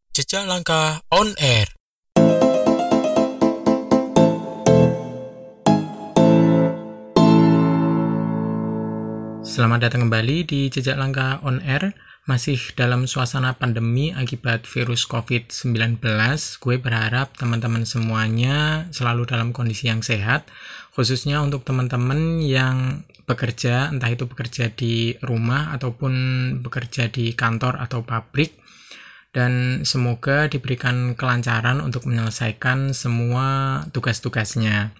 Jejak Langkah On Air. Selamat datang kembali di Jejak Langkah On Air. Masih dalam suasana pandemi akibat virus COVID-19. Gue berharap teman-teman semuanya selalu dalam kondisi yang sehat. Khususnya untuk teman-teman yang bekerja, entah itu bekerja di rumah ataupun bekerja di kantor atau pabrik. Dan semoga diberikan kelancaran untuk menyelesaikan semua tugas-tugasnya.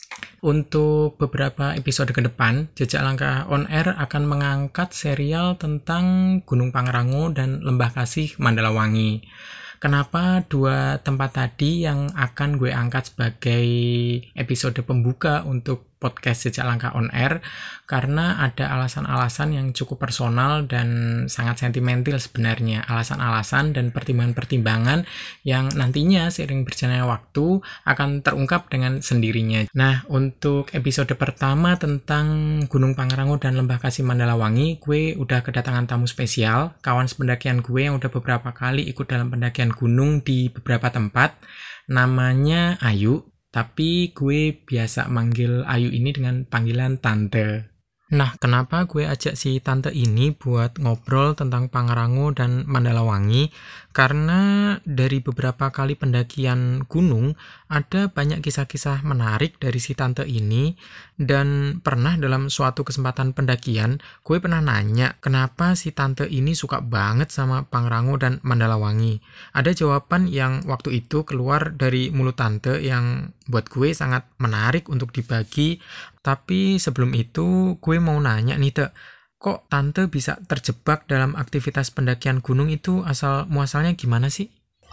Untuk beberapa episode ke depan, Jejak Langkah On Air akan mengangkat serial tentang Gunung Pangrango dan Lembah Kasih Mandalawangi. Kenapa dua tempat tadi yang akan gue angkat sebagai episode pembuka untuk podcast Jejak Langkah On Air? Karena ada alasan-alasan yang cukup personal dan sangat sentimental sebenarnya. Alasan-alasan dan pertimbangan-pertimbangan yang nantinya seiring berjalannya waktu akan terungkap dengan sendirinya. Nah, untuk episode pertama tentang Gunung Pangrango dan Lembah Kasih Mandalawangi, gue udah kedatangan tamu spesial, kawan sependakian gue yang udah beberapa kali ikut dalam pendakian gunung di beberapa tempat. Namanya Ayu, tapi gue biasa manggil Ayu ini dengan panggilan Tante. Nah, kenapa gue ajak si Tante ini buat ngobrol tentang Pangrango dan Mandalawangi? Karena dari beberapa kali pendakian gunung, ada banyak kisah-kisah menarik dari si Tante ini. Dan pernah dalam suatu kesempatan pendakian, gue pernah nanya kenapa si Tante ini suka banget sama Pangrango dan Mandalawangi. Ada jawaban yang waktu itu keluar dari mulut Tante yang buat gue sangat menarik untuk dibagi. Tapi sebelum itu, gue mau nanya nih, Te. Kok Tante bisa terjebak dalam aktivitas pendakian gunung itu asal-muasalnya gimana sih?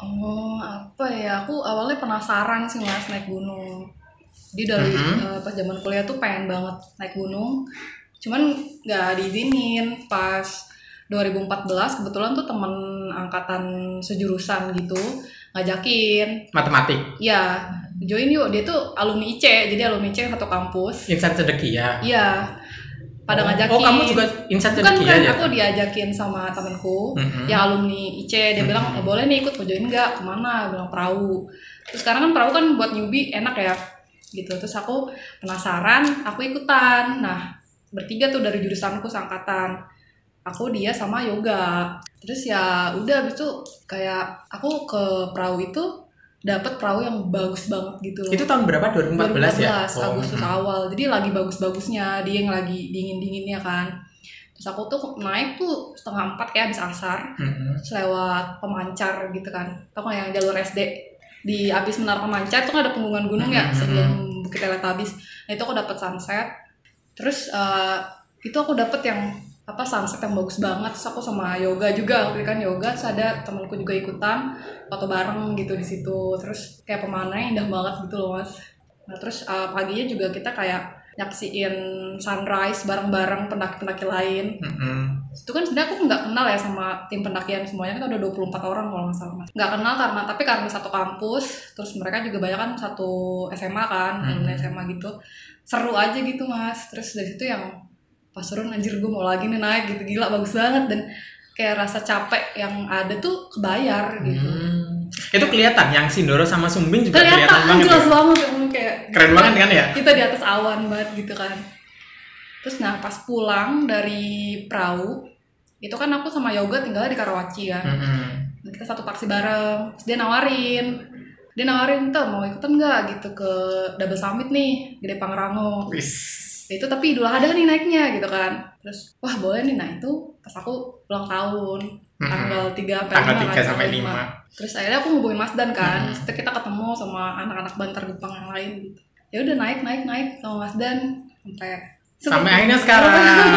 Apa ya? Aku awalnya penasaran sih Mas naik gunung. Jadi dari pas zaman kuliah tuh pengen banget naik gunung. Cuman nggak diizinin. Pas 2014 kebetulan tuh temen angkatan sejurusan gitu ngajakin. Matematik? Ya, join yuk. Dia tuh alumni IC, jadi alumni IC satu kampus. Insan Cendekia? Iya. Pada ngajakin. Oh, kamu juga Insan Cendekia ya? Bukan, aku diajakin sama temenku yang alumni IC. Dia bilang, boleh nih ikut, mau join nggak? Kemana? Bilang perahu. Terus sekarang kan perahu kan buat newbie enak ya, gitu. Terus aku penasaran, aku ikutan. Nah, bertiga tuh dari jurusanku seangkatan. Aku, dia, sama yoga. Terus ya udah, abis itu kayak aku ke perahu itu dapat perahu yang bagus banget gitu. Itu tahun berapa? 2014 ya? Agustus awal. Jadi lagi bagus-bagusnya, dia yang lagi dingin-dinginnya kan. Terus aku tuh naik tuh 3:30 kayak habis asar. Terus lewat pemancar gitu kan. Tau gak yang jalur SD? Di abis Menara Pemancar tuh kan ada punggungan gunung ya sebelum Bukit Teletabis. Nah itu aku dapat sunset. Terus itu aku dapat yang sunset yang bagus banget. Terus aku sama yoga juga, waktu itu kan yoga, terus ada temanku juga ikutan foto bareng gitu di situ. Terus kayak pemandangannya indah banget gitu loh Mas. Nah terus paginya juga kita kayak nyaksiin sunrise bareng-bareng pendaki-pendaki lain. Itu kan sebenarnya aku nggak kenal ya sama tim pendakian semuanya, kita udah 24 orang kalau nggak salah Mas. Nggak kenal karena satu kampus, terus mereka juga banyak kan satu SMA kan, alumni SMA gitu. Seru aja gitu Mas. Terus dari situ yang pas turun anjir gue mau lagi nih naik gitu, gila bagus banget, dan kayak rasa capek yang ada tuh kebayar gitu. Itu kelihatan yang Sindoro sama Sumbing juga kelihatan banget. Jelas ya? banget kayak keren banget kan ya? Kita di atas awan banget gitu kan. Terus nah pas pulang dari perahu itu kan aku sama yoga tinggalnya di Karawaci kan. Nah, kita satu taksi bareng. Terus dia nawarin tuh mau ikutan nggak gitu ke Double Summit nih, Gede Pangrango. Itu tapi Idul Adha nih naiknya gitu kan. Terus wah boleh nih. Nah itu pas aku ulang tahun tanggal 3 sampai 5. Terus akhirnya aku ngubungin Mas Dan kan. Terus kita ketemu sama anak-anak Bantar Gupang yang lain gitu. Ya udah naik sama Mas Dan sampai akhirnya sekarang.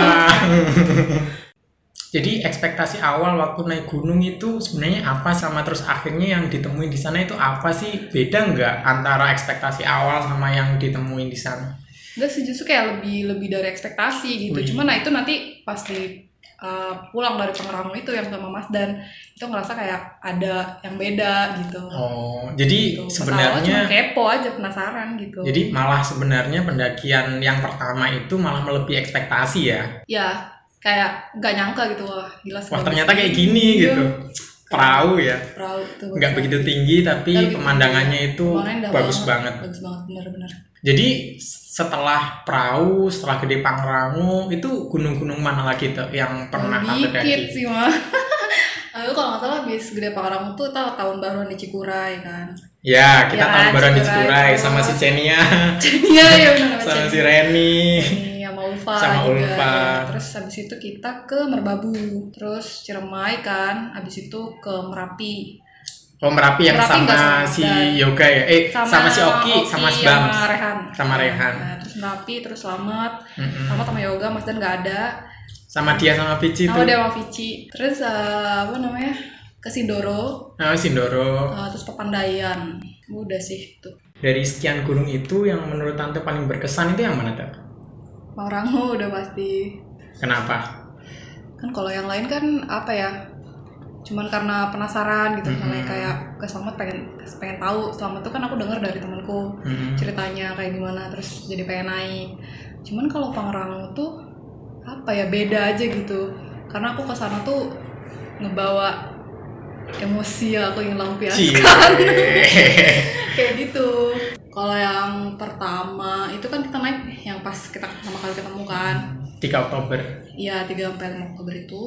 Jadi ekspektasi awal waktu naik gunung itu sebenarnya apa, sama terus akhirnya yang ditemuin di sana itu apa sih? Beda nggak antara ekspektasi awal sama yang ditemuin di sana? Enggak sih, justru kayak lebih dari ekspektasi gitu. Cuman nah itu nanti pasti pulang dari Pangrango itu yang sama Mas Dan itu ngerasa kayak ada yang beda gitu. Jadi gitu. Sebenarnya cuma kepo aja, penasaran gitu. Jadi malah sebenarnya pendakian yang pertama itu malah melebihi ekspektasi ya? Ya, kayak nggak nyangka gitu, wah gila. Wah ternyata kayak gini gitu. perahu ya. Perahu itu nggak begitu tinggi tapi pemandangannya itu bagus banget. Bagus banget, benar-benar. Jadi setelah perahu, setelah Gede Pangrango, itu gunung-gunung mana lagi tuh yang pernah Tante daki? Dikit sih mah. Aku kalau nggak salah habis Gede Pangrango tuh tahun baruan di Cikuray kan. Ya, kita tahun baruan di Cikuray sama si Cenia. Cenia ya benar. Sama si Reni. Sama Ulfa sama juga. Ulfa. Terus habis itu kita ke Merbabu, terus Ciremai kan, habis itu ke Merapi. Oh, Merapi yang sama si Yoga ya? Sama si Oki, sama si Bams. Sama Rehan. Nah, terus Merapi, terus Selamat. Selamat sama Yoga, Mas Dan nggak ada. Sama dia sama Vici tuh. Sama dia sama Vici. Terus apa namanya? Ke Sindoro. Sindoro. Terus Pepandayan. Udah sih tuh. Dari sekian gunung itu yang menurut Tante paling berkesan itu yang mana tuh? Pangrango udah pasti. Kenapa? Kan kalau yang lain kan apa ya? Cuman karena penasaran gitu, kayak ke Selamat pengen tahu. Selamat tuh kan aku dengar dari temanku ceritanya kayak gimana, terus jadi pengen naik. Cuman kalau Pangrango tuh apa ya, beda aja gitu. Karena aku ke sana tuh ngebawa emosi yang aku ingin lampiaskan. Kayak gitu. Kalau yang pertama itu kan kita naik yang pas kita pertama kali ketemu kan 3 Oktober. Iya, 3-5 Oktober itu.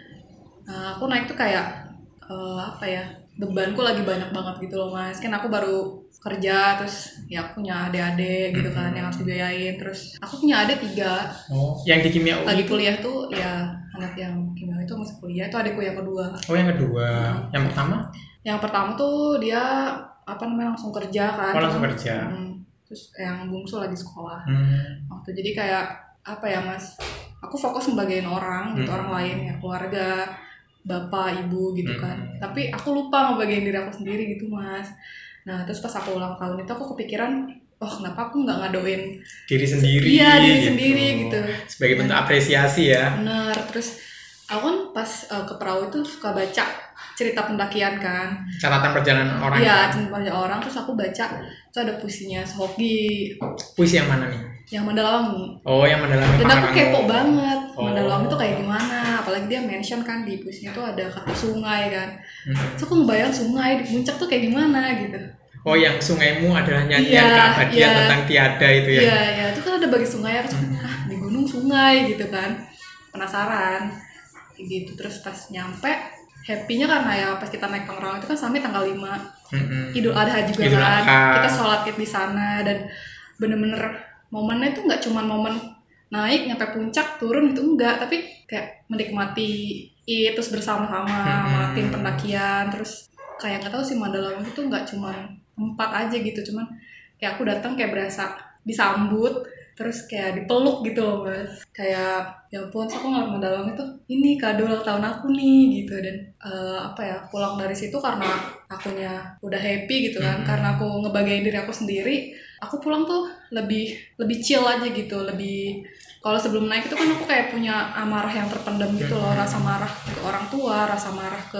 Aku naik tuh kayak apa ya, bebanku lagi banyak banget gitu loh Mas. Kan aku baru kerja, terus ya aku punya adik-adik gitu kan yang harus dibiayain. Terus aku punya adik 3. Oh, yang di kimia UI lagi kuliah tuh ya, anak yang kimia itu masih kuliah, itu adikku yang kedua. Oh, yang kedua. Yang pertama? Yang pertama tuh dia langsung kerja kan. Langsung kerja. Terus yang bungsu lagi sekolah. Waktu jadi kayak apa ya Mas, aku fokus ngebagain orang gitu, orang lain ya, keluarga, bapak, ibu gitu kan. Tapi aku lupa ngebagain diri aku sendiri gitu Mas. Nah terus pas aku ulang tahun itu aku kepikiran, kenapa aku nggak ngadoin diri sendiri? Iya, diri sendiri gitu. Sebagai bentuk apresiasi ya. Bener. Terus aku kan pas ke perahu itu suka baca cerita pendakian kan. Catatan perjalanan orang. Iya, catatan perjalanan orang. Terus aku baca itu ada puisinya Sohoki. Puisi yang mana nih? Yang Mandalawangi. Oh, yang Mandalawangi. Dan aku kepo banget. Mandalawangi itu kayak gimana? Apalagi dia mention kan di puisinya itu ada kata sungai kan. Terus aku ngebayang sungai di puncak tuh kayak gimana gitu. Oh, yang sungaimu adalah nyanyian keabadian tentang tiada itu ya? Iya. Itu kan ada bagi sungai. Aku di gunung sungai gitu kan. Penasaran. Gitu. Terus pas nyampe, happy-nya karena ya pas kita naik Pangrango itu kan sampai tanggal 5 Idul Adha juga kan. Kita sholat Id di sana dan bener-bener momennya itu nggak cuma momen naik nyampe puncak turun itu enggak, tapi kayak menikmati Id terus bersama-sama sama tim pendakian. Terus kayak nggak tahu sih, Mandalawangi itu nggak cuma tempat aja gitu, cuman kayak aku datang kayak berasa disambut, terus kayak dipeluk gitu loh Mas. Kayak ya ampun, aku ngeliat Mandalawangi tuh ini kado ulang tahun aku nih gitu. Dan pulang dari situ karena akunya udah happy gitu kan, karena aku ngebagain diri aku sendiri, aku pulang tuh lebih chill aja gitu. Lebih, kalau sebelum naik itu kan aku kayak punya amarah yang terpendam gitu loh, rasa marah ke orang tua, rasa marah ke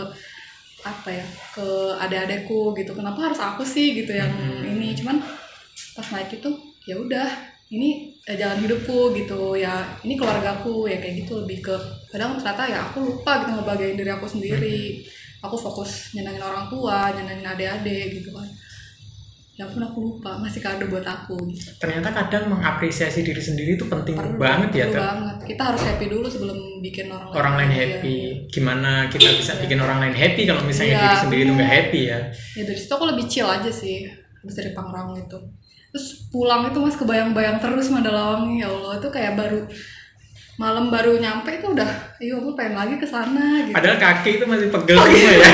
ke adik-adikku gitu, kenapa harus aku sih gitu yang ini. Cuman pas naik itu ya udah, ini jalan hidupku gitu ya, ini keluargaku ya, kayak gitu. Lebih ke kadang ternyata ya aku lupa gitu ngebagain diri aku sendiri. Aku fokus nyenangin orang tua, nyenangin adik-adik gitu kan. Ya pun aku lupa ngasih kado buat aku gitu. Ternyata kadang mengapresiasi diri sendiri itu penting banget ya. Perlu banget. Kita harus happy dulu sebelum bikin orang lain happy. Ya. Gimana kita bisa bikin orang lain happy kalau misalnya diri sendiri itu nggak happy ya? Ya dari situ aku lebih chill aja sih habis dari Pangrango itu. Terus pulang itu Mas kebayang-bayang terus Mandalawangi, ya Allah, itu kayak malam baru nyampe itu udah, aku pengen lagi ke sana gitu. Padahal kaki itu masih pegel gitu ya.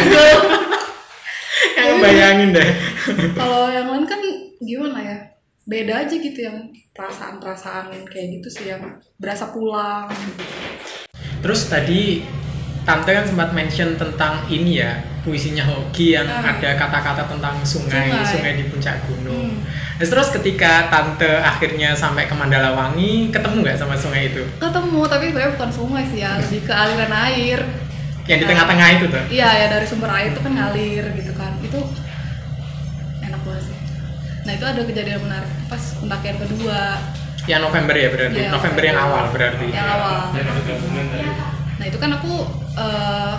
Yang bayangin deh. Kalau yang lain kan gimana ya? Beda aja gitu, yang perasaan-perasaan kayak gitu sih yang berasa pulang gitu. Terus tadi Tante kan sempat mention tentang ini ya, puisinya Hoki yang ada kata-kata tentang sungai di puncak gunung. Terus ketika Tante akhirnya sampai ke Mandalawangi, ketemu nggak sama sungai itu? Ketemu, tapi sebenarnya bukan sungai sih ya, lebih ke aliran air. Yang di tengah-tengah itu tuh? Iya, ya dari sumber air itu kan ngalir gitu kan. Itu enak banget sih. Nah itu ada kejadian menarik pas pendakian kedua. Yang November ya berarti? Ya, November yang awal berarti? Yang awal. Nah itu kan aku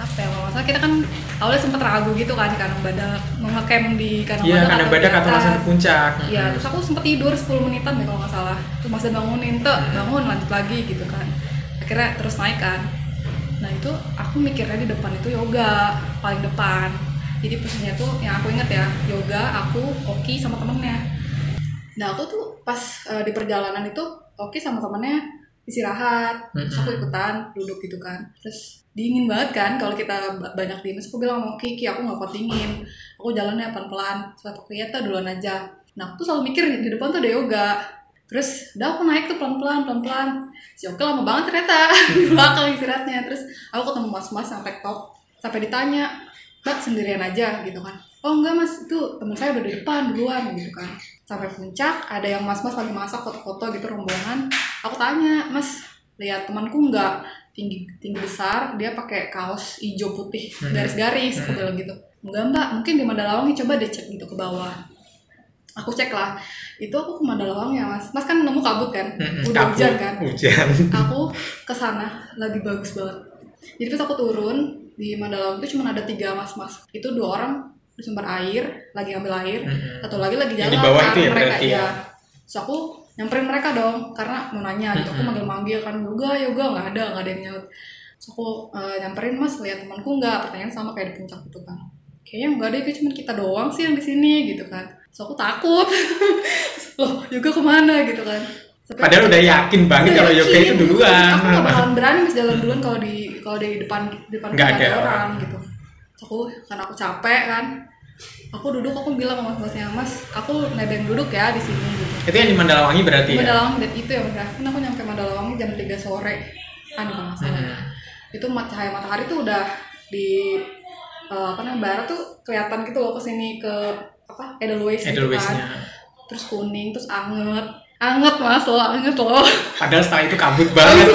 apa ya, kalau masalah kita kan awalnya sempat ragu gitu kan di Kandang Badak, mau ngecamp di Kandang Iya, Badak Kandang Badak atau langsung di puncak. Iya, terus aku sempat tidur 10 menitan deh kalau nggak salah, terus Mas Dan bangunin, bangun lanjut lagi gitu kan, akhirnya terus naik kan. Nah itu aku mikirnya di depan itu yoga paling depan, jadi posisinya tuh yang aku inget ya, yoga, aku, Oki sama temennya. Nah aku tuh pas di perjalanan itu Oki sama temennya istirahat, terus aku ikutan duduk gitu kan, terus dingin banget kan kalau kita banyak dingin. Terus aku bilang sama Oki, aku nggak kuat dingin, aku jalannya pelan-pelan, suatu kita duluan aja. Nah aku tuh selalu mikir di depan tuh ada yoga, terus udah aku naik tuh pelan-pelan, si Oki lama banget ternyata di belakang istirahatnya. Terus aku ketemu mas-mas sampai top, sampai ditanya, Mbak sendirian aja gitu kan, oh enggak mas, itu teman saya udah di depan duluan gitu kan. Sampai puncak ada yang mas-mas lagi masak foto-foto gitu rombongan, aku tanya, mas lihat temanku enggak, tinggi besar, dia pakai kaos hijau putih garis-garis, aku bilang gitu. Enggak mbak, mungkin di Mandalawangi, coba deh cek gitu ke bawah. Aku cek lah, itu aku ke Mandalawangi ya mas kan nemu kabut kan, udah hujan kan, aku kesana lagi bagus banget. Jadi pas aku turun di Mandalawangi itu cuma ada 3 mas-mas, itu 2 orang di sumber air, lagi ambil air, satu lagi jalan di bawah itu ya, mereka ya. So aku nyamperin mereka dong, karena mau nanya gitu, aku manggil-manggil kan, yoga nggak ada yang nyaut. So aku nyamperin, mas lihat temanku nggak, pertanyaan sama kayak di puncak gitu kan, kayaknya nggak ada, cuma kita doang sih yang di sini gitu kan. So aku takut, loh yoga kemana gitu kan. Padahal udah yakin banget kalau yoga itu duluan. Aku nggak bakalan berani mas jalan duluan kalau di depan nggak ada orang gitu. Aku karena aku capek kan, aku duduk, aku bilang sama mas-masnya, mas aku nebeng duduk ya di sini gitu. Itu yang di Mandalawangi berarti ya? Mandalawangi, dan itu ya mas, kan aku nyampe Mandalawangi jam 3 sore kan kalau nggak salah. Itu cahaya matahari tuh udah di barat tuh kelihatan gitu loh, kesini ke Edelweiss gitu kan, terus kuning, terus anget mas loh, anget loh. Padahal setelah itu kabut banget.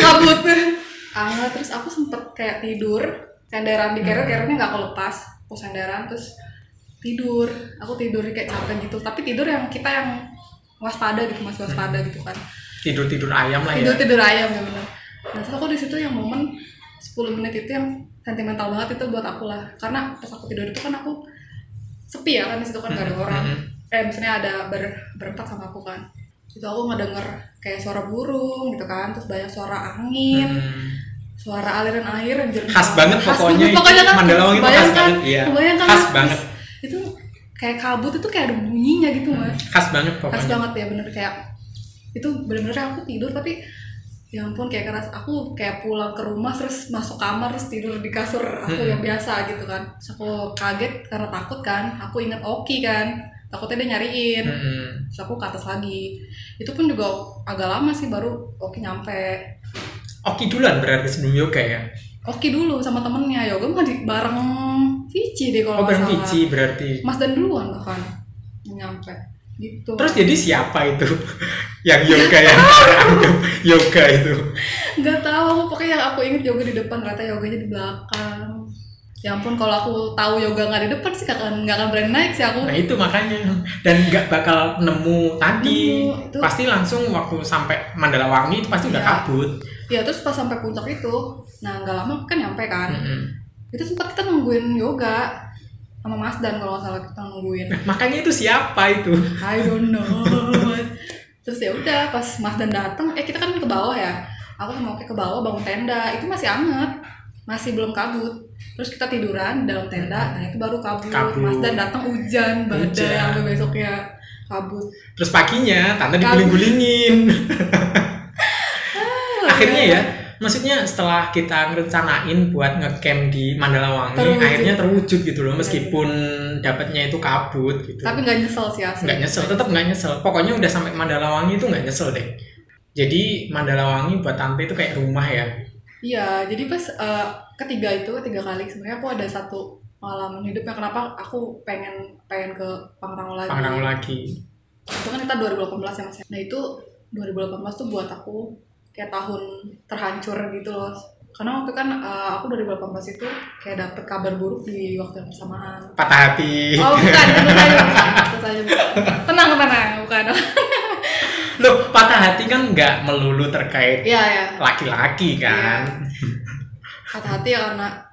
Anget. Terus aku sempet kayak tidur senderan di carrier-nya nggak kelepas, aku senderan terus tidur, aku tidur kayak capek gitu, tapi tidur yang kita yang waspada gitu mas, waspada gitu kan, tidur ayam lah ya, tidur ayam ya benar. Nah terus aku di situ yang momen 10 menit itu yang sentimental banget itu buat aku lah, karena pas aku tidur itu kan aku sepi ya kan, di situ kan nggak ada orang, misalnya ada berempat sama aku kan, itu aku ngedenger kayak suara burung gitu kan, terus banyak suara angin, suara aliran air, khas banget pokoknya kan, Mandalawangi itu khas banget, iya, khas banget. Itu kayak kabut itu kayak ada bunyinya gitu mas, khas banget pokoknya, khas banget ya bener, kayak itu bener-bener aku tidur tapi ya ampun kayak keras, aku kayak pulang ke rumah terus masuk kamar terus tidur di kasur aku yang biasa gitu kan. Terus aku kaget karena takut kan, aku inget Oki kan, takutnya dia nyariin, terus aku ke atas lagi. Itu pun juga agak lama sih baru Oki nyampe. Oki duluan berarti sebelum yoga ya? Oki dulu sama temennya, yoga mah bareng Vici deh kalau nggak salah. Bareng Vici berarti. Mas Dan duluan bahkan nyampe gitu. Terus jadi siapa itu yang yoga yang anggap yoga itu? Nggak tahu, pokoknya yang aku inget yoga di depan, ternyata yoganya di belakang. Ya ampun, kalau aku tahu yoga nggak di depan sih nggak akan berani naik sih aku. Nah itu makanya, dan nggak bakal nemu tadi. Pasti langsung waktu sampai Mandalawangi itu pasti udah kabut. Ya terus pas sampai puncak itu, nah nggak lama kan nyampe kan. Itu sempat kita nungguin yoga sama Mas Dan kalau nggak salah, kita nungguin. Makanya itu siapa itu? I don't know. Terus ya udah pas Mas Dan datang, kita kan ke bawah ya. Aku sama Oki ke bawah bangun tenda, itu masih anget, masih belum kabut. Terus kita tiduran dalam tenda, nah itu baru kabut. Mas Dan datang hujan badai sampai besoknya kabut. Terus paginya tante diguling-gulingin. Akhirnya ya, maksudnya setelah kita ngerencanain buat ngecamp di Mandalawangi, akhirnya terwujud gitu loh, meskipun dapatnya itu kabut gitu. Tapi nggak nyesel sih asli. Nggak nyesel, tetap nggak nyesel. Pokoknya udah sampai Mandalawangi itu nggak nyesel deh. Jadi Mandalawangi buat tante itu kayak rumah ya. Iya, jadi pas ketiga kali sebenarnya aku ada satu pengalaman hidupnya kenapa aku pengen ke Pangrango lagi. Itu kan kita 2018 ya mas. Nah itu 2018 tuh buat aku kayak tahun terhancur gitu loh, karena waktu kan aku 2018 itu kayak dapet kabar buruk di waktu yang bersamaan. Patah hati. Oh bukan, tenang bukan. Loh, patah hati kan nggak melulu terkait ya. laki-laki kan. Patah hati ya karena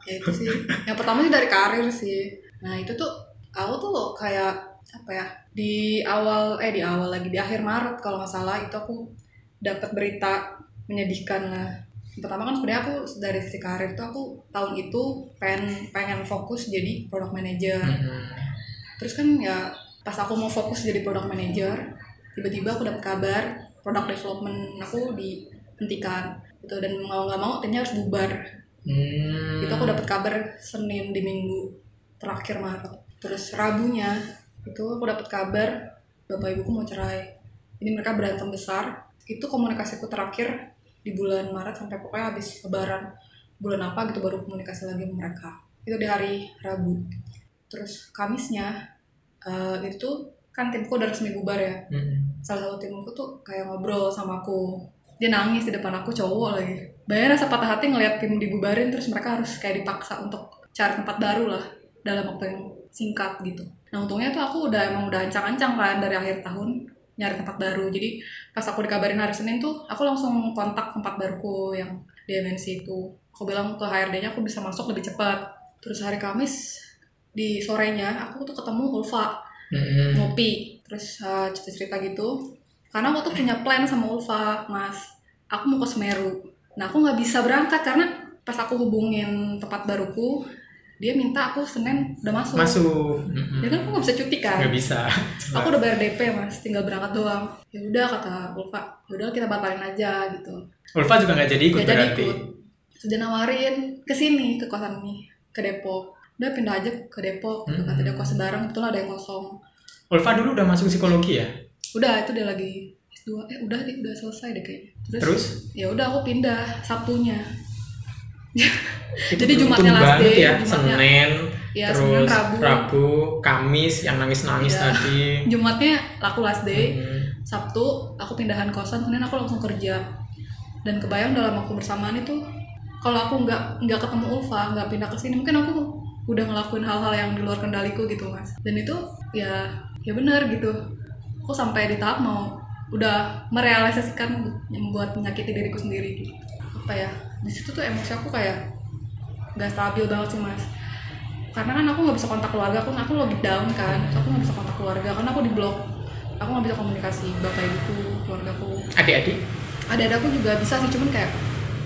Ya itu sih. Yang pertama sih dari karir sih. Nah itu tuh aku tuh kayak apa ya, di akhir Maret kalau nggak salah itu aku dapat berita menyedihkan lah. Yang pertama kan sebenarnya aku dari sisi karir tuh aku tahun itu pengen fokus jadi product manager. Terus kan ya pas aku mau fokus jadi product manager, tiba-tiba aku dapat kabar product development aku dihentikan gitu, dan mau nggak mau timnya harus bubar. Itu aku dapat kabar Senin di minggu terakhir Maret. Terus Rabunya itu aku dapat kabar bapak ibuku mau cerai. Ini mereka berantem besar. Itu komunikasiku terakhir di bulan Maret sampai pokoknya habis Lebaran bulan apa gitu baru komunikasi lagi sama mereka. Itu di hari Rabu. Terus Kamisnya itu kan timku udah resmi bubar ya. Salah satu timku tuh kayak ngobrol sama aku. Dia nangis di depan aku, cowok lagi. Bayangin rasa patah hati ngeliat tim dibubarin terus mereka harus kayak dipaksa untuk cari tempat baru lah dalam waktu yang singkat gitu. Nah untungnya tuh aku emang udah ancang-ancang kan dari akhir tahun nyari tempat baru. Jadi pas aku dikabarin hari Senin tuh aku langsung kontak tempat baruku yang di MNC itu. Aku bilang ke HRD-nya aku bisa masuk lebih cepat. Terus hari Kamis di sorenya aku tuh ketemu Ulfa ngopi. Terus cerita-cerita gitu. Karena aku tuh punya plan sama Ulfa, Mas. Aku mau ke Semeru. Nah aku nggak bisa berangkat karena pas aku hubungin tempat baruku, dia minta aku Senin udah masuk. Ya kan aku nggak bisa cuti kan? Nggak bisa. Aku udah bayar DP Mas, tinggal berangkat doang. Ya udah kata Ulfa, ya udah kita batalin aja gitu. Ulfa juga nggak jadi ikut berarti. Jadi ikut. Sudah nawarin ke sini ke kosan ini, ke Depok. Udah pindah aja ke Depok. Kata dia kos bareng, itulah ada yang kosong. Ulfa dulu udah masuk psikologi ya? Udah, itu dia lagi S2. Udah selesai deh kayaknya. Terus? Ya udah aku pindah Sabtunya. Jadi Jumatnya last day ya, Senin, ya, terus Senin, Rabu, Kamis yang nangis-nangis ya. tadi. Jumatnya aku last day, Sabtu aku pindahan kosan, Senin aku langsung kerja. Dan kebayang dalam waktu bersamaan itu, kalau aku nggak ketemu Ulfa, nggak pindah ke sini, mungkin aku udah ngelakuin hal-hal yang di luar kendaliku gitu Mas. Dan itu ya benar gitu. Aku sampai di tahap mau udah merealisasikan membuat menyakiti diriku sendiri gitu. Apa ya, di situ tuh emosi aku kayak nggak stabil banget sih Mas, karena kan aku nggak bisa kontak keluarga, aku lagi down kan, so aku nggak bisa kontak keluarga karena aku di blok, aku nggak bisa komunikasi bapak ibuku, keluargaku, adik-adik aku juga bisa sih, cuman kayak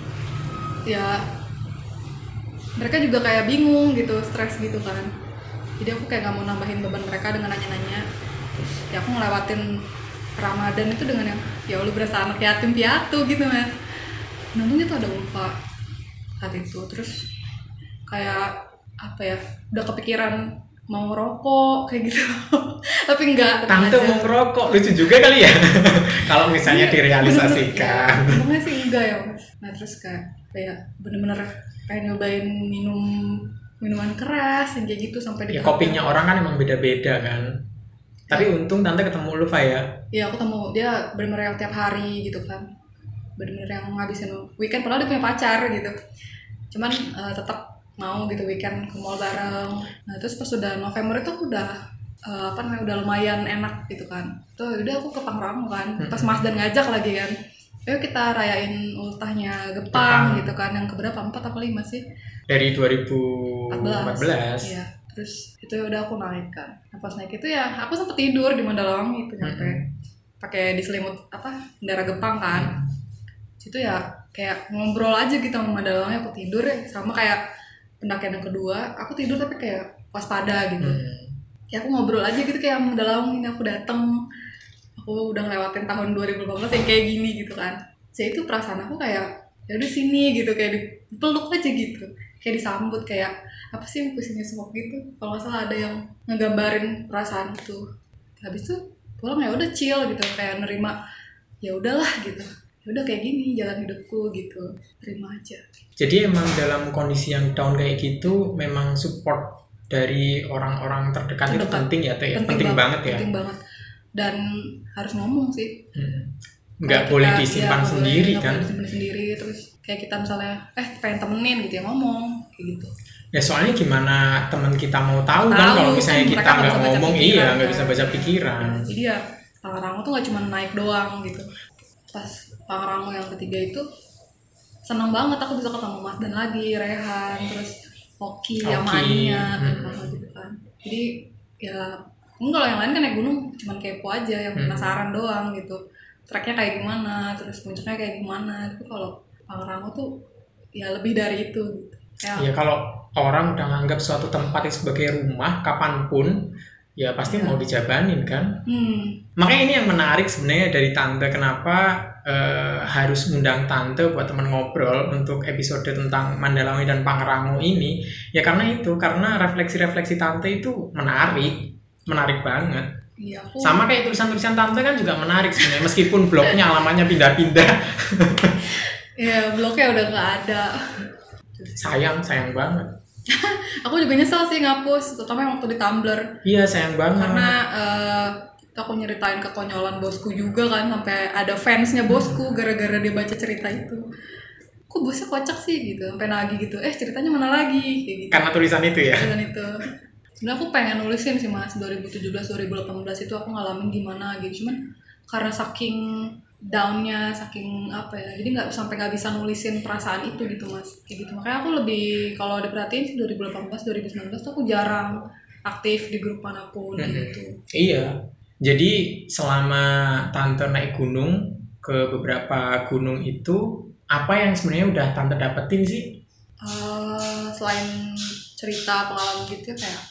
ya mereka juga kayak bingung gitu, stres gitu kan, jadi aku kayak nggak mau nambahin beban mereka dengan nanya-nanya. Terus ya aku ngelewatin Ramadan itu dengan yang ya lu berasa anak yatim piatu gitu Mas. Untungnya tuh ada Ulfa saat itu. Terus kayak apa ya, udah kepikiran mau ngerokok kayak gitu. Tapi enggak, tante mau ngerokok, lucu juga kali ya. Kalau misalnya direalisasikan. Ya, untungnya sih enggak ya Mas. Nah terus kayak bener-bener pengen nyobain minuman keras yang kayak gitu sampai ya kopinya orang kan emang beda-beda kan. Tapi untung tante ketemu Ulfa ya. Iya aku ketemu dia, bener-bener yang tiap hari gitu kan, bener-bener yang ngabisin weekend, padahal dia punya pacar gitu, cuman tetap mau gitu weekend ke mall bareng. Nah terus pas udah November itu aku udah udah lumayan enak gitu kan, tuh udah aku ke Pangrango kan, pas Mas Dan ngajak lagi kan, ayo kita rayain ultahnya Gepang gitu kan, yang keberapa 4 atau 5 sih dari 2014. Iya. Terus itu udah aku naik kan. Nah, pas naik itu ya aku sempet tidur di Mandalawangi itu nyampe. Pakai diselimut bendera Gepang kan. Situ ya kayak ngobrol aja gitu sama Mandalawangi, aku tidur ya sama kayak pendakian yang kedua, aku tidur tapi kayak waspada gitu. Ya aku ngobrol aja gitu kayak Mandalawangi, ini aku dateng. Aku udah ngelewatin tahun 2015 yang kayak gini gitu kan. Jadi itu perasaan aku kayak ya udah sini gitu, kayak dipeluk aja gitu. Kayak disambut, kayak apa sih yang pusingnya semua gitu, kalau nggak salah ada yang ngegambarin perasaan itu. Habis itu pulang ya udah chill gitu, kayak nerima ya udahlah gitu, ya udah kayak gini jalan hidupku gitu, terima aja. Jadi emang dalam kondisi yang down kayak gitu memang support dari orang-orang terdekat itu penting ya, penting banget ya. Penting banget, dan harus ngomong sih. Nggak boleh disimpan sendiri kan. Nggak boleh disimpan sendiri, terus kayak kita misalnya pengen temenin gitu ya, ngomong kayak gitu. Ya soalnya gimana teman kita mau tahu kan kalau misalnya kita nggak ngomong, iya nggak bisa baca pikiran. Ya, jadi ya Pangrango tuh nggak cuma naik doang gitu. Pas Pangrango yang ketiga itu seneng banget, aku bisa ketemu Mas Dan lagi, Rehan, terus Oki sama Ania gitu kan. Jadi ya kalau yang lain kan naik gunung cuman kepo aja, yang penasaran doang gitu, treknya kayak gimana, terus puncaknya kayak gimana. Tapi kalau Pangrango tuh ya lebih dari itu gitu. Ya kalau orang udah nganggap suatu tempat itu sebagai rumah kapanpun ya pasti mau dijabanin kan. Makanya ini yang menarik sebenarnya dari Tante, kenapa harus undang Tante buat teman ngobrol untuk episode tentang Mandalawangi dan Pangrango ini. Ya karena refleksi-refleksi Tante itu menarik banget. Iya, sama kayak tulisan-tulisan Tante kan juga menarik sebenarnya, meskipun blognya alamannya pindah-pindah. Iya, blognya udah nggak ada. Sayang banget. Aku juga nyesel sih ngapus, terutama yang waktu di Tumblr. Iya, sayang banget. Karena aku nyeritain kekonyolan bosku juga kan, sampai ada fansnya bosku gara-gara dia baca cerita itu. Kok bosnya kocak sih gitu, sampai nagih gitu. Ceritanya mana lagi kayak gitu. Karena tulisan itu ya. Tulisan itu. Sebenarnya aku pengen nulisin sih Mas, 2017-2018 itu aku ngalamin gimana gitu. Cuman karena saking down-nya, saking apa ya, jadi sampai nggak bisa nulisin perasaan itu gitu Mas, kayak gitu. Makanya aku lebih, kalau diperhatiin sih 2018-2019 tuh aku jarang aktif di grup manapun gitu. Iya, jadi selama Tante naik gunung ke beberapa gunung itu, apa yang sebenarnya udah Tante dapetin sih? Selain cerita pengalaman gitu kayak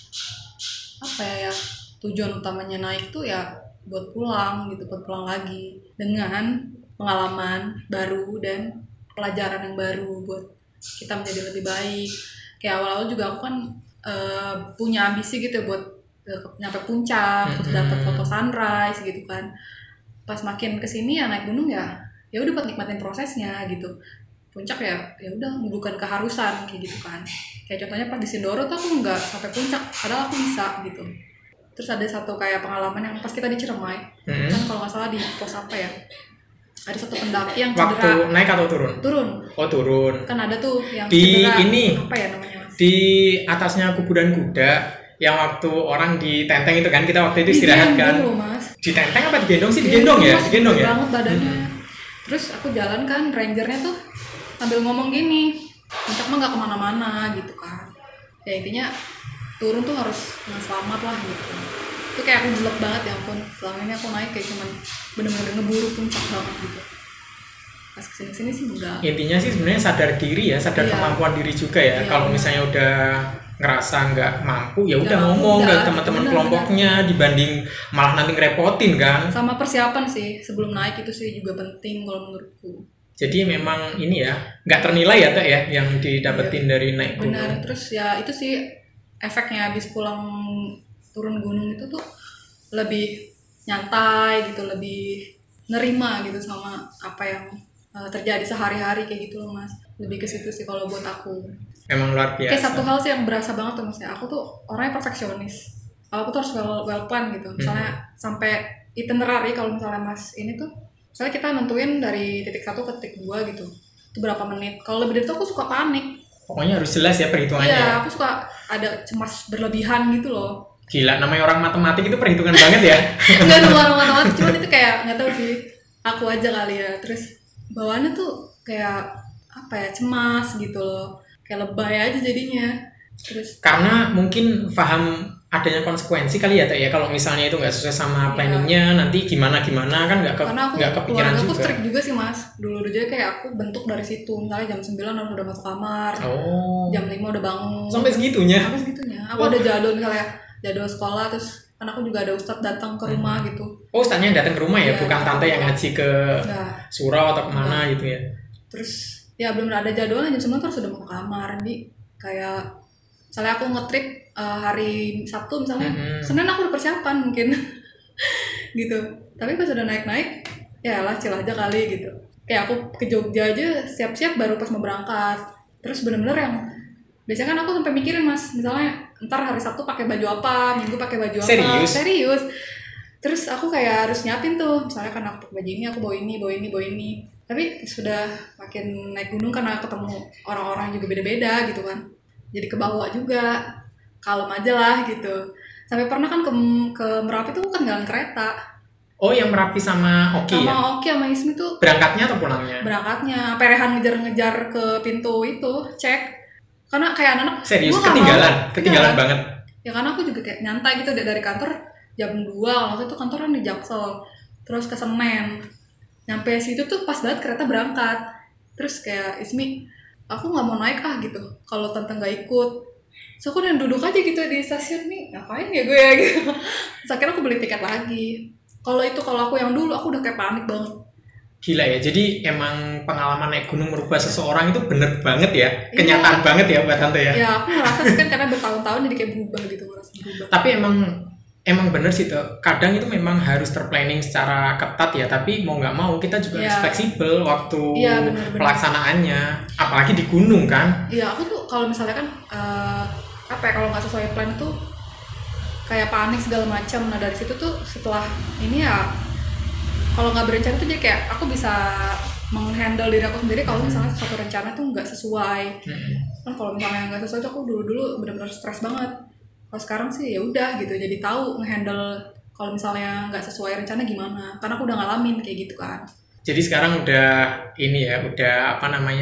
apa ya, tujuan utamanya naik tuh ya buat pulang gitu, buat pulang lagi dengan pengalaman baru dan pelajaran yang baru buat kita menjadi lebih baik. Kayak awal-awal juga aku kan punya ambisi gitu ya buat nyampe puncak, terus dapat foto sunrise gitu kan. Pas makin kesini ya naik gunung ya udah buat nikmatin prosesnya gitu. Puncak ya udah bukan keharusan kayak gitu kan. Kayak contohnya pas di Sindoro tuh aku nggak sampai puncak, padahal aku bisa gitu. Terus ada satu kayak pengalaman yang pas kita di Ciremai, kan kalau nggak salah di pos apa ya, ada satu pendaki yang cedera. Waktu naik atau turun? Turun. Oh turun. Kan ada tuh yang di cedera. Ini apa ya namanya Mas? Di atasnya kuburan kuda yang waktu orang ditenteng itu kan, kita waktu itu istirahat kan. Loh, Mas. Ditenteng apa digendong sih? Digendong ya? Digendong ya? Banget badannya. Terus aku jalan kan, rangernya tuh sambil ngomong gini, puncak mah nggak kemana-mana gitu kan. Ya intinya turun tuh harus dengan selamat lah gitu. Itu kayak aku jelek banget ya ampun. Selama ini aku naik kayak cuman bener-bener ngeburu puncak banget gitu. Pas kesini-sini sih enggak. Intinya sih sebenarnya sadar diri ya, sadar kemampuan diri juga ya. Kalau misalnya udah ngerasa nggak mampu ya udah ngomong ke teman-teman kelompoknya, dibanding malah nanti ngerepotin kan. Sama persiapan sih sebelum naik itu sih juga penting kalau menurutku. Jadi memang ini ya nggak ternilai ya Teh ya yang didapetin dari naik gunung. Benar. Terus ya itu sih efeknya habis pulang turun gunung itu tuh lebih nyantai gitu, lebih nerima gitu sama apa yang terjadi sehari-hari kayak gitu loh Mas. Lebih ke situ sih kalau buat aku. Emang luar biasa. Kayak satu hal sih yang berasa banget tuh Mas ya, aku tuh orangnya perfeksionis. Aku tuh harus well plan gitu. Misalnya sampai itinerary, kalau misalnya Mas ini tuh, misalnya kita nentuin dari titik 1 ke titik 2 gitu, itu berapa menit. Kalau lebih dari itu aku suka panik. Pokoknya harus jelas ya perhitungannya. Iya, aku suka ada cemas berlebihan gitu loh. Gila, namanya orang matematik itu perhitungan banget ya. Enggak semua orang matematik, cuman itu kayak nggak tahu sih, aku aja kali ya. Terus bawaannya tuh kayak apa ya, cemas gitu loh, kayak lebay aja jadinya. Terus karena mungkin paham adanya konsekuensi kali ya Teh ya, kalau misalnya itu nggak sesuai sama planningnya nanti gimana kan nggak kepikiran juga. Aku strict juga sih Mas, dulu aja kayak aku bentuk dari situ, misalnya jam 9 harus udah masuk kamar, jam 5 udah bangun, sampai segitunya. Aku ada jadwal, misalnya jadwal sekolah, terus kan aku juga ada ustadz datang ke rumah gitu. Oh, ustadznya datang ke rumah ya, bukan Tante yang ngaji ke surau atau kemana gitu ya. Terus ya belum ada jadwalnya, jam 9 terus udah mau ke kamar. Jadi kayak misalnya aku nge-trip hari Sabtu misalnya, Senin aku udah persiapan mungkin gitu. Tapi pas udah naik-naik, ya lah chill aja kali gitu. Kayak aku ke Jogja aja siap-siap baru pas mau berangkat. Terus bener-bener yang biasanya kan aku sampai mikirin Mas, misalnya ntar hari Sabtu pakai baju apa, Minggu pakai baju apa. Serius. Terus aku kayak harus nyiapin tuh, misalnya kan aku pakai baju ini, aku bawa ini. Tapi sudah makin naik gunung karena ketemu orang-orang juga beda-beda gitu kan, jadi kebawa juga, kalem aja lah gitu. Sampai pernah kan ke Merapi tuh kan jalan kereta. Oh, yang Merapi sama Oki ya? Sama Oki sama Ismi tuh. Berangkatnya atau pulangnya? Berangkatnya, perehan ngejar-ngejar ke pintu itu, cek. Karena kayak anak serius gua nggak ketinggalan mau. banget. Ya karena aku juga kayak nyantai gitu dari kantor jam 2, waktu itu kantoran di Jaksel, terus ke Senen, nyampe situ tuh pas banget kereta berangkat, terus kayak Ismi, aku nggak mau naik gitu kalau tante nggak ikut. So aku udah duduk aja gitu di stasiun nih, ngapain ya gue ya gitu. Terus akhirnya aku beli tiket lagi. Kalau aku yang dulu aku udah kayak panik banget. Gila ya, jadi emang pengalaman naik gunung merubah seseorang itu bener banget ya, kenyataan banget ya buat tante ya. Ya aku ngerasa sih kan karena bertahun-tahun jadi kayak berubah gitu, ngerasa berubah. Tapi emang bener sih tuh, kadang itu memang harus terplanning secara ketat ya, tapi mau nggak mau kita juga harus fleksibel waktu bener. Pelaksanaannya, apalagi di gunung kan. Iya, aku tuh kalau misalnya kan kalau nggak sesuai plan tuh kayak panik segala macam. Nah dari situ tuh setelah ini ya, kalau nggak berencana tuh jadi kayak aku bisa menghandle diri aku sendiri kalau misalnya suatu rencana tuh nggak sesuai. Kan kalau misalnya nggak sesuai tuh aku dulu benar-benar stres banget. Kalau sekarang sih ya udah gitu, jadi tahu ngehandle kalau misalnya nggak sesuai rencana gimana, karena aku udah ngalamin kayak gitu kan. Jadi sekarang udah ini ya, udah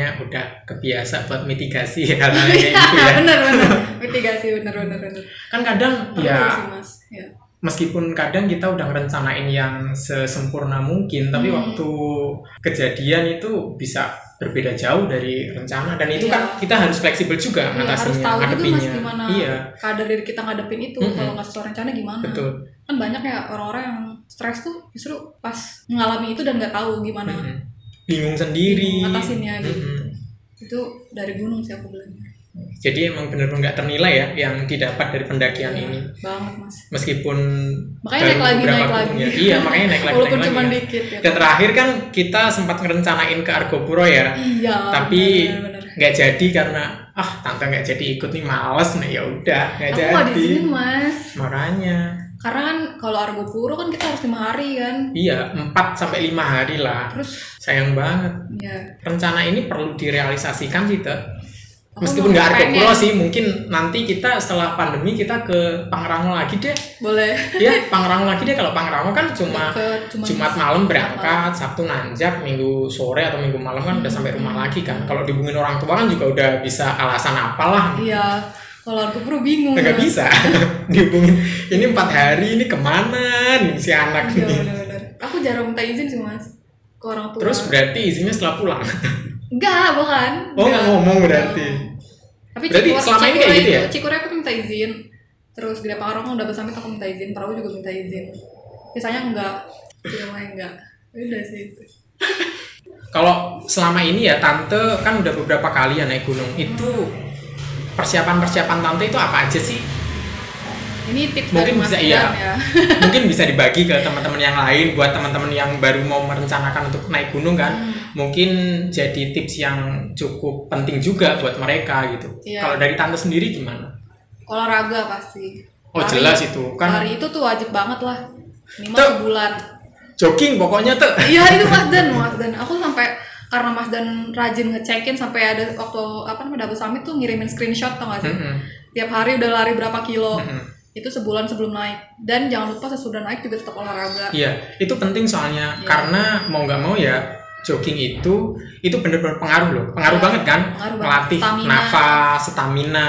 kebiasa buat mitigasi hal-hal kayak gitu ya. Bener mitigasi bener. Kan kadang ya. Meskipun kadang kita udah ngerencanain yang sesempurna mungkin, tapi waktu kejadian itu bisa berbeda jauh dari rencana, dan itu kan kita harus fleksibel juga ngatasinnya, harus tahu ngadepinnya. Juga gimana kadar diri kita ngadepin itu. Kalau nggak sesuai rencana gimana. Betul. Kan banyak ya orang-orang yang stres tuh justru pas mengalami itu dan nggak tahu gimana. Bingung sendiri ngatasinnya gitu. Itu dari gunung sih aku bilang. Jadi emang benar-benar nggak ternilai ya yang didapat dari pendakian ini. Banget mas. Meskipun makanya naik lagi. Ya. Iya makanya naik lagi. Walaupun cuma dikit. Ya. Dan terakhir kan kita sempat ngerencanain ke Argopuro ya. Iya. Tapi nggak jadi karena tante nggak jadi ikut nih, males nih, ya udah nggak jadi. Aku nggak diizinin mas. Makanya. Karena kan kalau Argopuro kan kita harus 5 hari kan. Iya 4-5 hari lah. Terus sayang banget. Iya. Rencana ini perlu direalisasikan sih tuh. Meskipun nggak Argopuro sih, mungkin nanti kita setelah pandemi kita ke Pangrango lagi deh. Boleh. Iya, Pangrango lagi deh. Kalau Pangrango kan cuma Jumat malam berangkat, Sabtu nanjak, Minggu sore atau Minggu malam kan udah sampai rumah lagi kan. Kalau dihubungin orang tua kan juga udah bisa alasan apalah. Iya, kalau Argopuro bingung. Nggak bisa dihubungin. Ini 4 hari, ini kemana nih si anak ini? Bener. Aku jarang minta izin sih mas ke orang tua. Terus berarti izinnya setelah pulang? Enggak, bukan. Oh, nggak ngomong berarti. Tapi berarti selama ini kayak gitu ya? Cikure aku minta izin. Terus Gede Pangrango udah besamit aku minta izin. Perahu juga minta izin. Biasanya enggak. Cuma enggak. Udah sih itu. Kalau selama ini ya tante kan udah beberapa kali ya naik gunung. Itu persiapan tante itu apa aja sih? Ini tips mungkin dari Mas bisa ya. Mungkin bisa dibagi ke teman-teman yang lain, buat teman-teman yang baru mau merencanakan untuk naik gunung kan. Mungkin jadi tips yang cukup penting juga buat mereka gitu. Kalau dari tante sendiri gimana? Olahraga pasti. Jelas itu kan. Lari itu tuh wajib banget lah. Minimal sebulan. Jogging pokoknya tuh. Iya itu Mas Dan. Aku sampai karena Mas Dan rajin ngecekin sampai ada waktu double summit tuh ngirimin screenshot tau gak sih? Tiap hari udah lari berapa kilo. Itu sebulan sebelum naik. Dan jangan lupa sesudah naik juga tetap olahraga. Iya, itu penting soalnya karena mau nggak mau ya jogging itu benar-benar pengaruh loh. Pengaruh banget kan? Melatih nafas, stamina,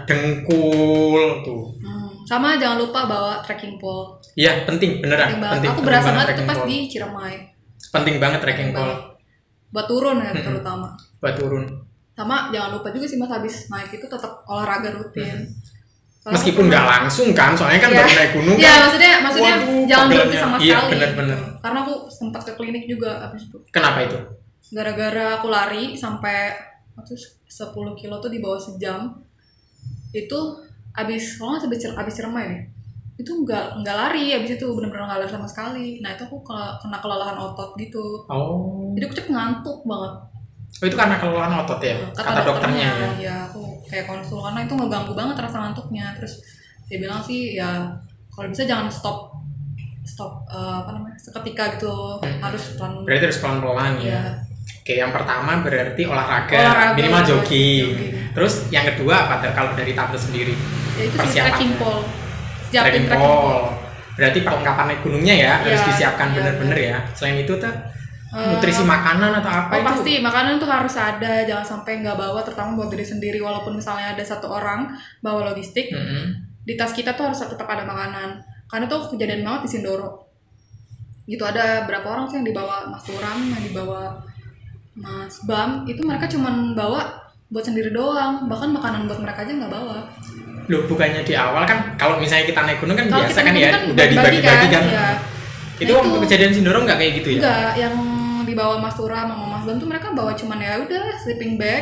dengkul tuh. Sama jangan lupa bawa trekking pole. Iya, penting beneran. Penting. Aku berasa banget itu pas di Ciremai. Penting banget trekking pole. Buat turun ya terutama. Buat turun. Sama jangan lupa juga sih mas habis naik itu tetap olahraga rutin. Meskipun nggak langsung kan, soalnya kan baru naik gunung kan. Iya, maksudnya jangan berhenti sama sekali. Iya, benar-benar. Karena aku sempat ke klinik juga abis itu. Kenapa itu? Gara-gara aku lari sampai 10 kilo tuh di bawah sejam. Itu abis Ciremai nih. Itu nggak lari, abis itu benar-benar nggak lari sama sekali. Nah itu aku kena kelelahan otot gitu. Jadi aku cepet ngantuk banget. Oh itu karena kelelahan otot ya? Kata dokternya. Ya aku kayak konsul karena itu ngeganggu banget rasa ngantuknya. Terus dia bilang sih ya kalau bisa jangan stop seketika gitu. Harus pelan. Berarti harus pelan-pelan ya. Oke, yang pertama berarti olahraga minimal jogging. Terus yang kedua apa kalau dari tante sendiri? Ya itu sih trekking pole. Trekking pole. Berarti perlengkapan naik gunungnya ya harus disiapkan bener-bener ya. Selain itu tuh nutrisi makanan atau apa Oh itu? pasti, makanan tuh harus ada, jangan sampai nggak bawa, terutama buat diri sendiri. Walaupun misalnya ada satu orang bawa logistik, di tas kita tuh harus tetap ada makanan. Karena tuh kejadian banget di Sindoro. Gitu ada berapa orang sih yang dibawa Mas Turam, yang dibawa Mas Bam, itu mereka cuman bawa buat sendiri doang, bahkan makanan buat mereka aja nggak bawa. Loh, bukannya di awal kan kalau misalnya kita naik gunung kan Kalau biasa kita kan naik ya gunung kan udah bagi-bagi dibagi-bagi kan? Iya. Itu Nah, waktu kejadian Sindoro nggak kayak gitu ya? Enggak, yang dibawa Mas Turam sama Mas Bam tuh mereka bawa cuman ya udah sleeping bag,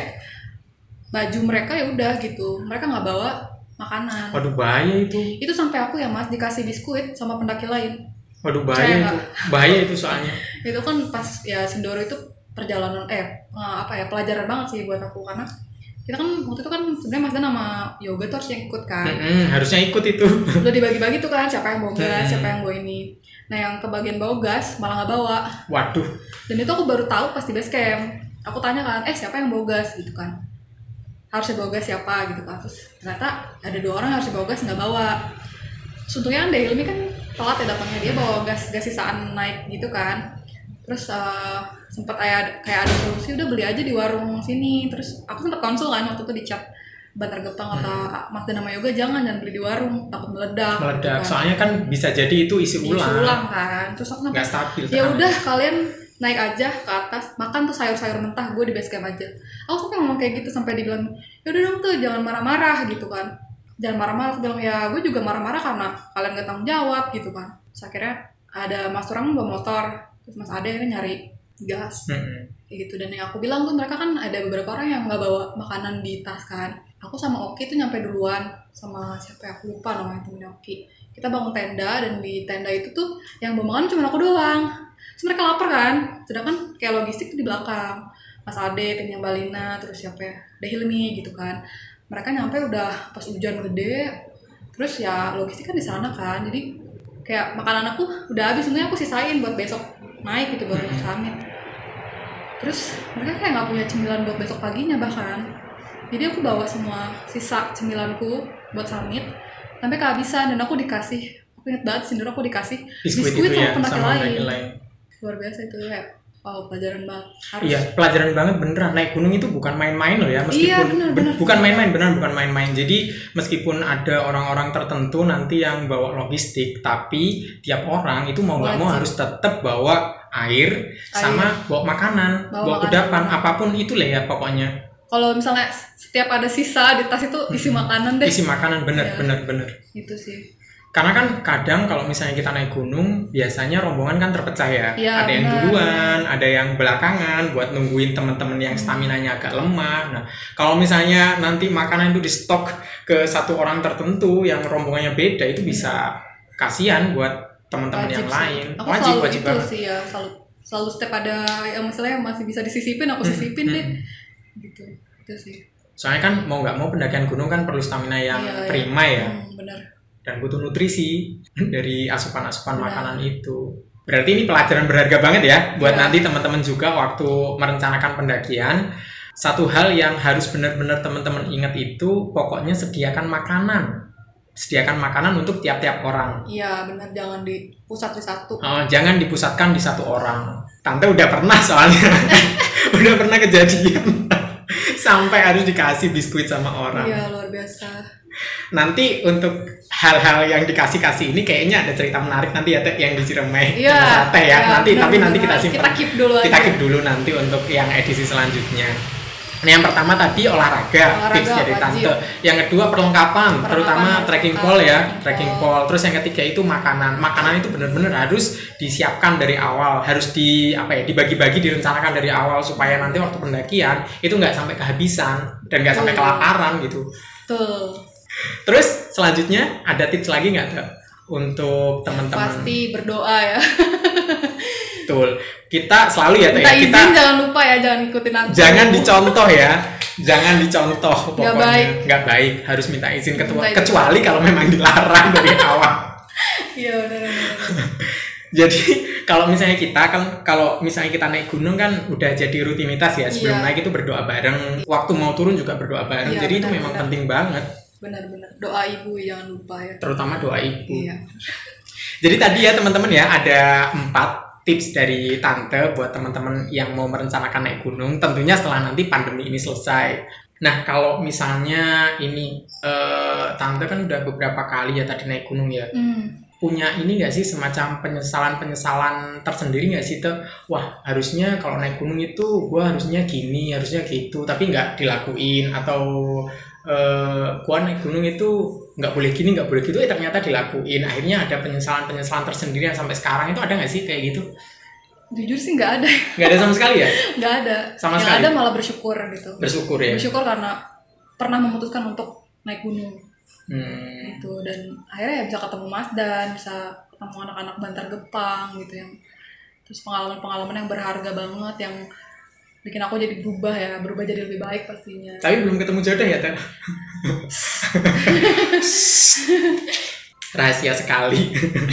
baju mereka ya udah gitu, mereka nggak bawa makanan. Waduh, bahaya itu. Itu sampai aku ya Mas dikasih biskuit sama pendaki lain. Waduh, bahaya itu. Bahaya itu soalnya. Itu kan pas ya Sindoro itu perjalanan pelajaran banget sih buat aku, karena kita kan waktu itu kan sebenarnya Mas Dan sama Yoga tuh harus yang ikut kan. Harusnya ikut itu. Udah dibagi-bagi tuh kan, siapa yang bawa gas, siapa yang bawa ini. Nah yang kebagian bawa gas malah nggak bawa. Waduh. Dan itu aku baru tahu pas di base camp. Aku tanya kan, siapa yang bawa gas gitu kan. Harusnya bawa gas siapa gitu kan. Terus ternyata ada 2 orang yang harusnya bawa gas nggak bawa. Terus untungnya Anda Hilmi kan telat ya datangnya, dia bawa gas sisaan naik gitu kan. Terus sempat kayak ada solusi, udah beli aja di warung sini. Terus aku sempat konsul kan waktu itu di chat Bantar Gepang kata Mas Dan sama Yoga jangan beli di warung, takut meledak. Gitu kan. Kan. Soalnya kan bisa jadi itu isi ulang kan. Terus aku nggak stabil. Ya udah kalian naik aja ke atas, makan tuh sayur-sayur mentah, gue di base camp aja. Aku sampai ngomong kayak gitu sampai dibilang, ya udah dong tuh jangan marah-marah gitu kan. Jangan marah-marah, aku bilang ya gue juga marah-marah karena kalian gak tanggung jawab gitu kan. Terus akhirnya ada Mas Turang bawa motor, terus Mas Ade ini nyari gas kayak gitu. Dan yang aku bilang tuh mereka kan ada beberapa orang yang nggak bawa makanan di tas kan. Aku sama Oki tuh nyampe duluan, sama siapa ya aku lupa namanya temennya Oki. Kita bangun tenda dan di tenda itu tuh yang bawa makanan cuma aku doang. Terus mereka lapar kan, sedangkan kayak logistik tuh di belakang. Mas Ade, tim yang Balina, terus siapa ya, Dehilmi gitu kan. Mereka nyampe udah pas hujan gede, terus ya logistik kan di sana kan, jadi kayak makanan aku udah habis, sebenarnya aku sisain buat besok naik gitu buat summit. Terus mereka kayak nggak punya cemilan buat besok paginya bahkan, jadi aku bawa semua sisa cemilanku buat summit sampai kehabisan. Dan aku dikasih, aku inget banget Sindoro aku dikasih biskuit sama pendaki lain. Luar biasa itu ya. Wow, pelajaran banget. Harus. Iya, pelajaran banget beneran. Naik gunung itu bukan main-main loh ya, meskipun bener. bukan main-main, beneran bukan main-main. Jadi meskipun ada orang-orang tertentu nanti yang bawa logistik, tapi tiap orang itu mau nggak mau harus tetap bawa air sama bawa makanan, bawa kudapan, apapun itu lah ya pokoknya. Kalau misalnya setiap ada sisa di tas itu isi makanan deh. Isi makanan bener. Itu sih. Karena kan kadang kalau misalnya kita naik gunung, biasanya rombongan kan terpecah ya. Ada yang duluan, ada yang belakangan buat nungguin teman-teman yang staminanya agak lemah. Nah, kalau misalnya nanti makanan itu di stok ke satu orang tertentu yang rombongannya beda, itu bisa kasihan buat teman-teman yang lain. Aku wajib itu sih ya, selalu setiap ada yang misalnya masih bisa disisipin, aku sisipin deh. Gitu. Itu sih. Soalnya kan mau nggak mau pendakian gunung kan perlu stamina yang prima ya. Benar. Dan butuh nutrisi dari asupan-asupan makanan itu. Berarti ini pelajaran berharga banget ya buat nanti teman-teman juga waktu merencanakan pendakian. Satu hal yang harus benar-benar teman-teman ingat itu pokoknya sediakan makanan. Sediakan makanan untuk tiap-tiap orang. Iya benar, jangan dipusat di satu. Jangan dipusatkan di satu orang. Tante udah pernah soalnya. Udah pernah kejadian. Sampai harus dikasih biskuit sama orang. Iya luar biasa. Nanti untuk hal-hal yang dikasih-kasih ini kayaknya ada cerita menarik nanti ya Teh yang di Ciremai sate ya. Nanti kita simpan. Kita keep dulu nanti untuk yang edisi selanjutnya. Nah, yang pertama tadi olahraga tips dari Tante. Yang kedua perlengkapan terutama trekking pole ya, trekking pole. Terus yang ketiga itu makanan. Makanan itu benar-benar harus disiapkan dari awal, harus dibagi-bagi, direncanakan dari awal supaya nanti waktu pendakian itu nggak sampai kehabisan dan nggak sampai kelaparan gitu. Betul. Terus selanjutnya ada tips lagi nggak Teh untuk teman-teman? Pasti berdoa ya. Betul. Kita selalu ya Teh. Kita jangan lupa ya, jangan ikutin aku. Jangan dicontoh ya. Jangan dicontoh pokoknya. Nggak baik. Harus minta izin kecuali kalau memang dilarang dari awal. Iya benar. Jadi kalau misalnya kita naik gunung kan udah jadi rutinitas ya, sebelum naik itu berdoa bareng, waktu mau turun juga berdoa bareng. Jadi itu memang penting banget. Benar-benar. Doa ibu jangan lupa ya. Terutama doa ibu. Iya. Jadi tadi ya teman-teman ya ada 4 tips dari Tante buat teman-teman yang mau merencanakan naik gunung, tentunya setelah nanti pandemi ini selesai. Nah, kalau misalnya ini Tante kan udah beberapa kali ya tadi naik gunung ya. Punya ini nggak sih semacam penyesalan tersendiri nggak sih tuh? Wah, harusnya kalau naik gunung itu gue harusnya gini, harusnya gitu, tapi nggak dilakuin, atau gue naik gunung itu nggak boleh gini, nggak boleh gitu, ternyata dilakuin. Akhirnya ada penyesalan tersendiri yang sampai sekarang itu ada nggak sih kayak gitu? Jujur sih nggak ada. Nggak ada sama sekali ya? Nggak ada. Sama yang sekali? ada malah bersyukur gitu. Bersyukur ya? Bersyukur karena pernah memutuskan untuk naik gunung. Gitu. Dan akhirnya ya bisa ketemu Mas Dan, bisa ketemu anak-anak Bantar Gepang gitu yang terus pengalaman-pengalaman yang berharga banget yang bikin aku jadi berubah jadi lebih baik pastinya. Tapi belum ketemu jodoh ya, Teh? Rahasia sekali.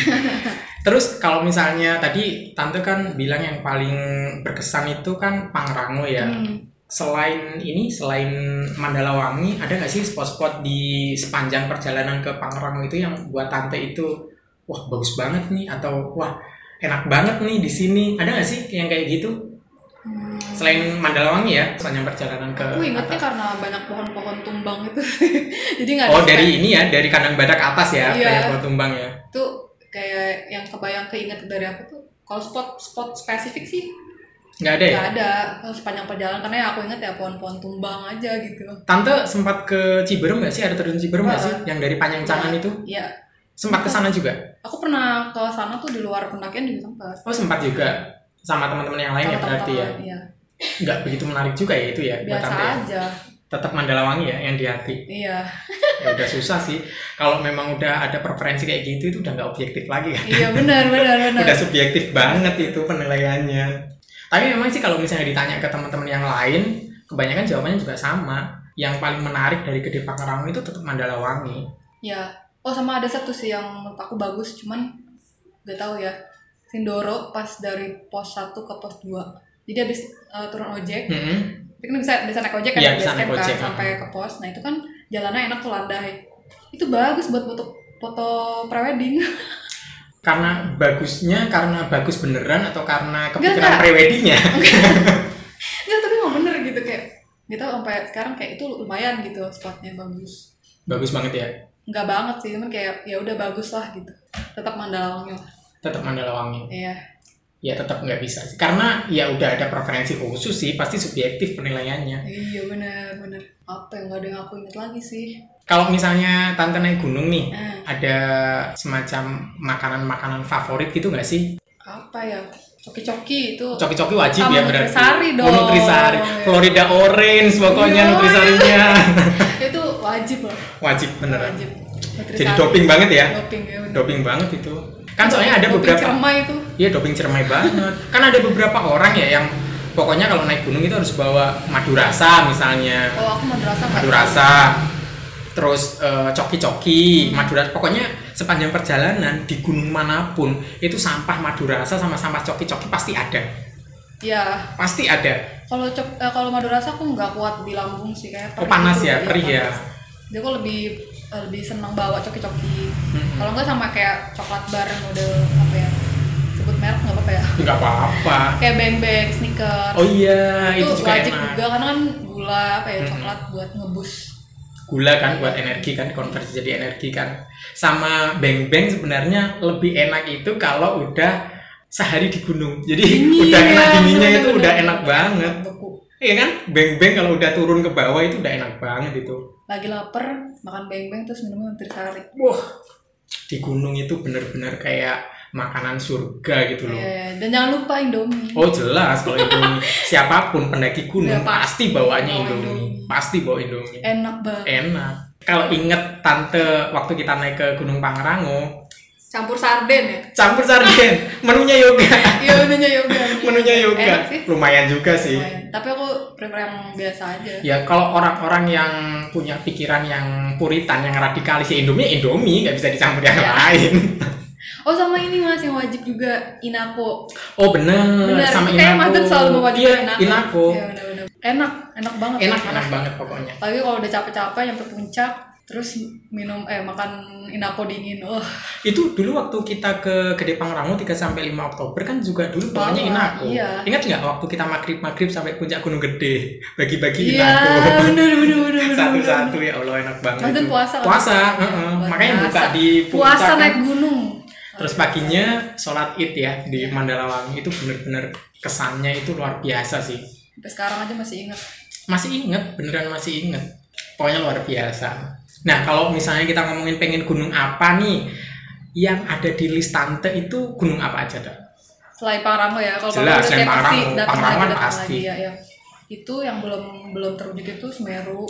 Terus kalau misalnya tadi Tante kan bilang yang paling berkesan itu kan Pangrango ya. Selain Mandala Wangi, ada nggak sih spot-spot di sepanjang perjalanan ke Pangrango itu yang buat Tante itu wah bagus banget nih, atau wah enak banget nih di sini? Ada nggak sih yang kayak gitu? Selain Mandala Wangi ya, sepanjang perjalanan ke aku ingetnya atas. karena banyak pohon-pohon tumbang itu. Jadi nggak ada. Oh, dari ini ya, dari kandang badak atas ya, Iya. banyak pohon tumbang ya. Itu kayak yang keinget dari aku tuh. Kalau spot spesifik sih Nggak ada ya? nggak ada sepanjang perjalanan, karena yang aku inget ya pohon-pohon tumbang aja gitu. Tante sempat ke Ciberem nggak sih? Ada terjun Ciberem nggak sih? Yang dari Panjangcangan itu? Iya. Sempat ke sana juga? Aku pernah ke sana tuh di luar pendakian juga sempat. Oh, sempat juga. Sama teman-teman yang lain ya berarti ya? Iya. Nggak begitu menarik juga ya itu ya? Buat Biasa Tante ya? aja. Tetap Mandala Wangi ya yang di hati? Iya. Ya udah susah sih. Kalau memang udah ada preferensi kayak gitu, itu udah nggak objektif lagi kan? Iya benar. Udah subjektif banget itu penilaiannya. Tapi memang sih kalau misalnya ditanya ke teman-teman yang lain, kebanyakan jawabannya juga sama. Yang paling menarik dari Gede Pangrango itu tetap Mandala Wangi. Ya. Oh, sama ada satu sih yang menurut aku bagus, cuman gak tahu ya. Sindoro pas dari pos 1 ke pos 2. Jadi habis turun ojek. Tapi kan bisa naik ojek kan, Iya, bisa naik kan ojek, sampai ke pos. Nah, itu kan jalannya enak tuh, landai. Itu bagus buat foto prewedding. Karena bagus beneran atau karena kepikiran Enggak. preweddingnya? Enggak, tapi emang bener gitu, kayak gitu sampai sekarang kayak itu lumayan gitu, spotnya bagus. Bagus banget ya? Enggak banget sih, cuman kayak ya udah bagus lah gitu. Tetap Mandala Wangi lah. Tetap Mandala Wangi. Iya. Ya tetap nggak bisa sih. Karena ya udah ada preferensi khusus sih, pasti subjektif penilaiannya. Iya benar. Apa yang nggak ada yang aku ingat lagi sih? Kalau misalnya Tante naik gunung nih, ada semacam makanan-makanan favorit gitu nggak sih? Apa ya? Coki-coki itu. Coki-coki wajib sama ya berarti. Nutrisari dong. Oh, Nutrisari. Ya. Florida Orange pokoknya Iya, Nutrisarinya. Itu wajib loh. Wajib beneran. Wajib. Nutrisari. Jadi doping banget ya? Doping ya. Bener. Doping banget itu. Kan soalnya ada doping beberapa. cermai itu. Iya, doping cermai banget. Kan ada beberapa orang ya yang pokoknya kalau naik gunung itu harus bawa madu rasa misalnya. Oh, aku madu rasa. Madu rasa. Terus coki-coki, madu rasa. Pokoknya sepanjang perjalanan di gunung manapun itu sampah madu rasa sama sampah coki-coki pasti ada. Iya. Pasti ada. Kalau madu rasa aku nggak kuat di lambung sih, kayak Oh, panas gitu. ya, perih ya. Jadi aku lebih senang bawa coki-coki. Kalau nggak sama kayak coklat bar yang udah apa ya? Sebut merek nggak apa-apa ya? Nggak apa-apa. Kayak beng-beng, Snickers. Oh iya, itu juga wajib enak. juga karena kan gula apa ya, coklat buat ngebus. Gula kan buat energi kan, konversi jadi energi kan. Sama beng-beng sebenarnya lebih enak itu kalau udah sehari di gunung. Jadi udah kena dinginnya itu udah enak banget. Iya kan? Beng-beng kalau udah turun ke bawah itu udah enak banget itu. Lagi lapar, makan beng-beng terus minum Nutrisari. Wah, di gunung itu bener-bener kayak makanan surga gitu loh. Iya, dan jangan lupa Indomie. Oh jelas, kalau Indomie siapapun pendaki gunung Ya, pasti bawanya bawa Indomie. Indomie. Pasti bawa Indomie. Enak banget. Enak. Kalau inget Tante waktu kita naik ke Gunung Pangrango, Campur sarden ya? campur sarden, menunya yoga. Iya, menunya yoga. Menunya yoga. Enak sih. Lumayan juga sih. Lumayan. Tapi aku prefer yang biasa aja. Ya kalau orang-orang yang punya pikiran yang puritan, yang radikalis ya Indomie nggak bisa dicampur yang lain. Oh, sama ini Mas yang wajib juga Inako. Oh bener. Sama Kayak Inako. Mas Dan selalu mewajibkan Iya, Inako. Iya, benar-benar. Enak banget. Enak banget pokoknya. Tapi kalau udah capek-capek nyampe puncak, terus makan Inako dingin. Itu dulu waktu kita ke Gede Pangrango 3-5 Oktober kan juga dulu bawanya Inako. Iya. Ingat nggak waktu kita maghrib sampai puncak Gunung Gede bagi-bagi Iya, Inako. bener. Satu-satu ya Allah, enak banget. Maksudnya itu. Puasa. Makanya buka di puncak. Puasa kan. naik gunung. Terus paginya sholat Id ya di Mandala Wangi, itu bener-bener kesannya itu luar biasa sih. Sampai sekarang aja masih ingat. Beneran masih inget. Pokoknya luar biasa. Nah, kalau misalnya kita ngomongin pengen gunung apa nih yang ada di list Tante, itu gunung apa aja tuh? Selain Pangrango ya, kalau jelas, udah Pangrango pasti. Ya. Itu yang belum terwujud itu Semeru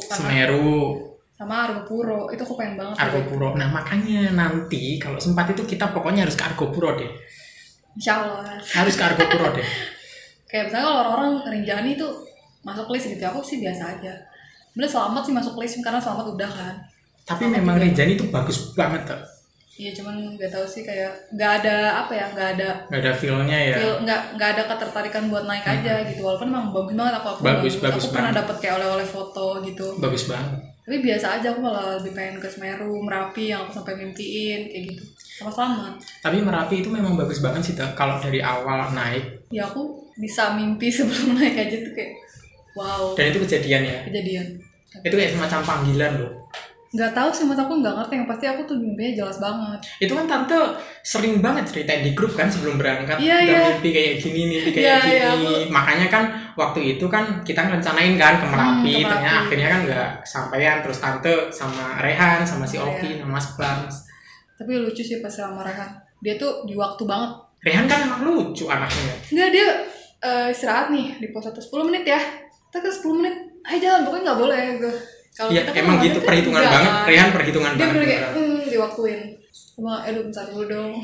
sama Argopuro. Itu aku pengen banget. Argopuro. Nah, makanya nanti kalau sempat itu kita pokoknya harus ke Argopuro deh. Insyaallah. Harus ke Argopuro deh. Kayak misalnya kalau orang Rinjani itu masuk list gitu, aku sih biasa aja. Bener Selamat sih masuk list karena Selamat udah kan. Tapi Selamat memang Rinjani itu bagus banget tuh. Iya, cuman nggak tahu sih, kayak nggak ada feel-nya ya. Nggak ada ketertarikan buat naik aja gitu. Walaupun emang bagus banget aku bagus pernah dapet kayak oleh-oleh foto gitu. Bagus banget. Tapi biasa aja, aku malah lebih pengen ke Semeru, Merapi yang aku sampai mimpiin kayak gitu. Sama Selamat. Tapi Merapi itu memang bagus banget sih tuh kalau dari awal naik. Ya aku bisa mimpi sebelum naik aja tuh kayak wow. Dan itu kejadian ya? Kejadian. Itu kayak semacam panggilan loh. Nggak tahu sih, mas aku nggak ngerti, yang pasti aku tuh mimpinya jelas banget. Itu kan Tante sering banget ceritain di grup kan sebelum berangkat. Iya. Mimpi kayak gini. Makanya kan waktu itu kan kita ngerencanain kan ke Merapi. Ternyata akhirnya kan nggak kesampaian. Terus Tante sama Rehan sama si Oki sama Mas Bams. Tapi lucu sih pas sama Rehan, dia tuh di waktu banget. Rehan kan emang lucu anaknya. Nggak, dia istirahat nih di pos 10 menit ya. Kita ke 10 menit, ayo jalan, pokoknya nggak boleh gue. Kalau ya, emang gitu, perhitungan banget. Rehan perhitungan dia banget. Dia bener kayak, diwaktuin. Cuma, bentar dulu dong.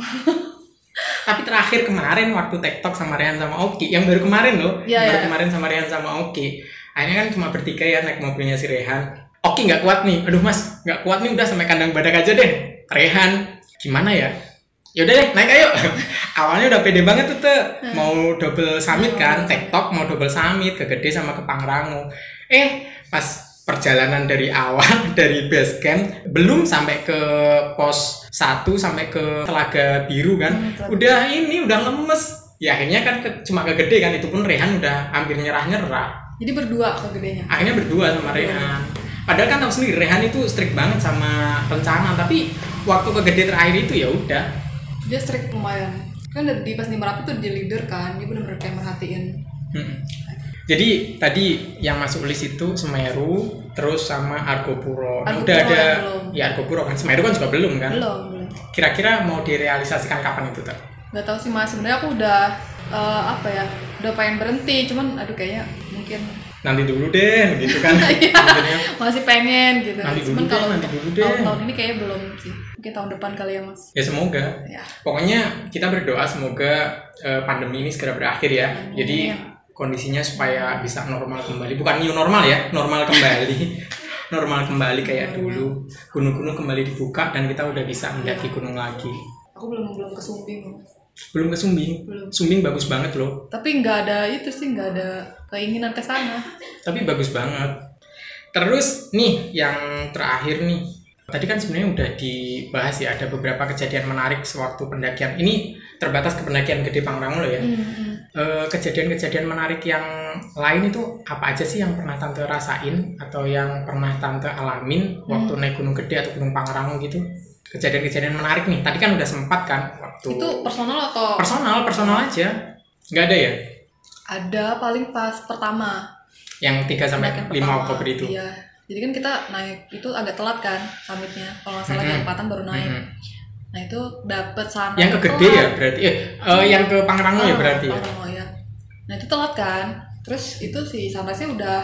Tapi terakhir kemarin waktu TikTok sama Rehan sama Oki, yang baru kemarin loh. Kemarin sama Rehan sama Oki. Akhirnya kan cuma bertiga ya naik mobilnya si Rehan. Oki nggak kuat nih. Aduh mas, nggak kuat nih, udah sampai kandang badak aja deh. Rehan, gimana ya? Yaudah deh, naik ayo. Awalnya udah pede banget tuh. Mau double summit kan. TikTok mau double summit ke Gede sama ke Pangrango. Pas perjalanan dari awal dari base camp belum sampai ke pos 1 sampai ke Telaga Biru kan udah lemes ya, akhirnya kan cuma ke Gede kan, itu pun Rehan udah hampir nyerah. Jadi berdua ke Gedenya, akhirnya berdua sama Rehan. Padahal kan tahu sendiri Rehan itu strict banget sama rencana, tapi waktu ke Gede terakhir itu ya udah dia strict lumayan kan. Pas di Merapi tuh dia leader kan, dia benar-benar kayak merhatiin. Jadi tadi yang masuk list itu Semeru, terus sama Argopuro. Udah ada belum. Ya Argopuro kan, Semeru kan juga belum kan? Belum. Kira-kira mau direalisasikan kapan itu tuh? Gak tahu sih mas, sebenarnya aku udah udah pengen berhenti, cuman kayaknya mungkin nanti dulu deh gitu kan. Masih pengen gitu. Nanti cuman kalau dulu deh. Tahun ini kayaknya belum sih. Mungkin tahun depan kali ya mas. Ya semoga. Ya. Pokoknya kita berdoa semoga pandemi ini segera berakhir ya. Jadi kondisinya supaya bisa normal kembali, bukan new normal ya, normal kembali kayak dulu, gunung-gunung kembali dibuka dan kita udah bisa mendaki gunung lagi. Aku belum ke Sumbing. Belum ke Sumbing. Sumbing bagus banget loh, tapi nggak ada keinginan ke sana. Tapi bagus banget. Terus nih yang terakhir nih, tadi kan sebenarnya udah dibahas ya, ada beberapa kejadian menarik sewaktu pendakian. Ini terbatas ke pendakian Gede Pangrango loh ya. Kejadian-kejadian menarik yang lain itu apa aja sih yang pernah Tante rasain atau yang pernah Tante alamin waktu naik Gunung Gede atau Gunung Pangrango gitu? Kejadian-kejadian menarik nih. Tadi kan udah sempat kan waktu. Itu personal atau? Personal aja. Nggak ada ya? Ada, paling pas pertama. Yang 3-5 Oktober itu. Iya. Jadi kan kita naik itu agak telat kan summitnya. Kalau nggak salah jam 4-an baru naik. Nah itu dapet sana. Yang ke Gede ya berarti. Yang ke Pangrango ya berarti ya. Pangrango ya. Nah itu telat kan. Terus itu si sunrise-nya udah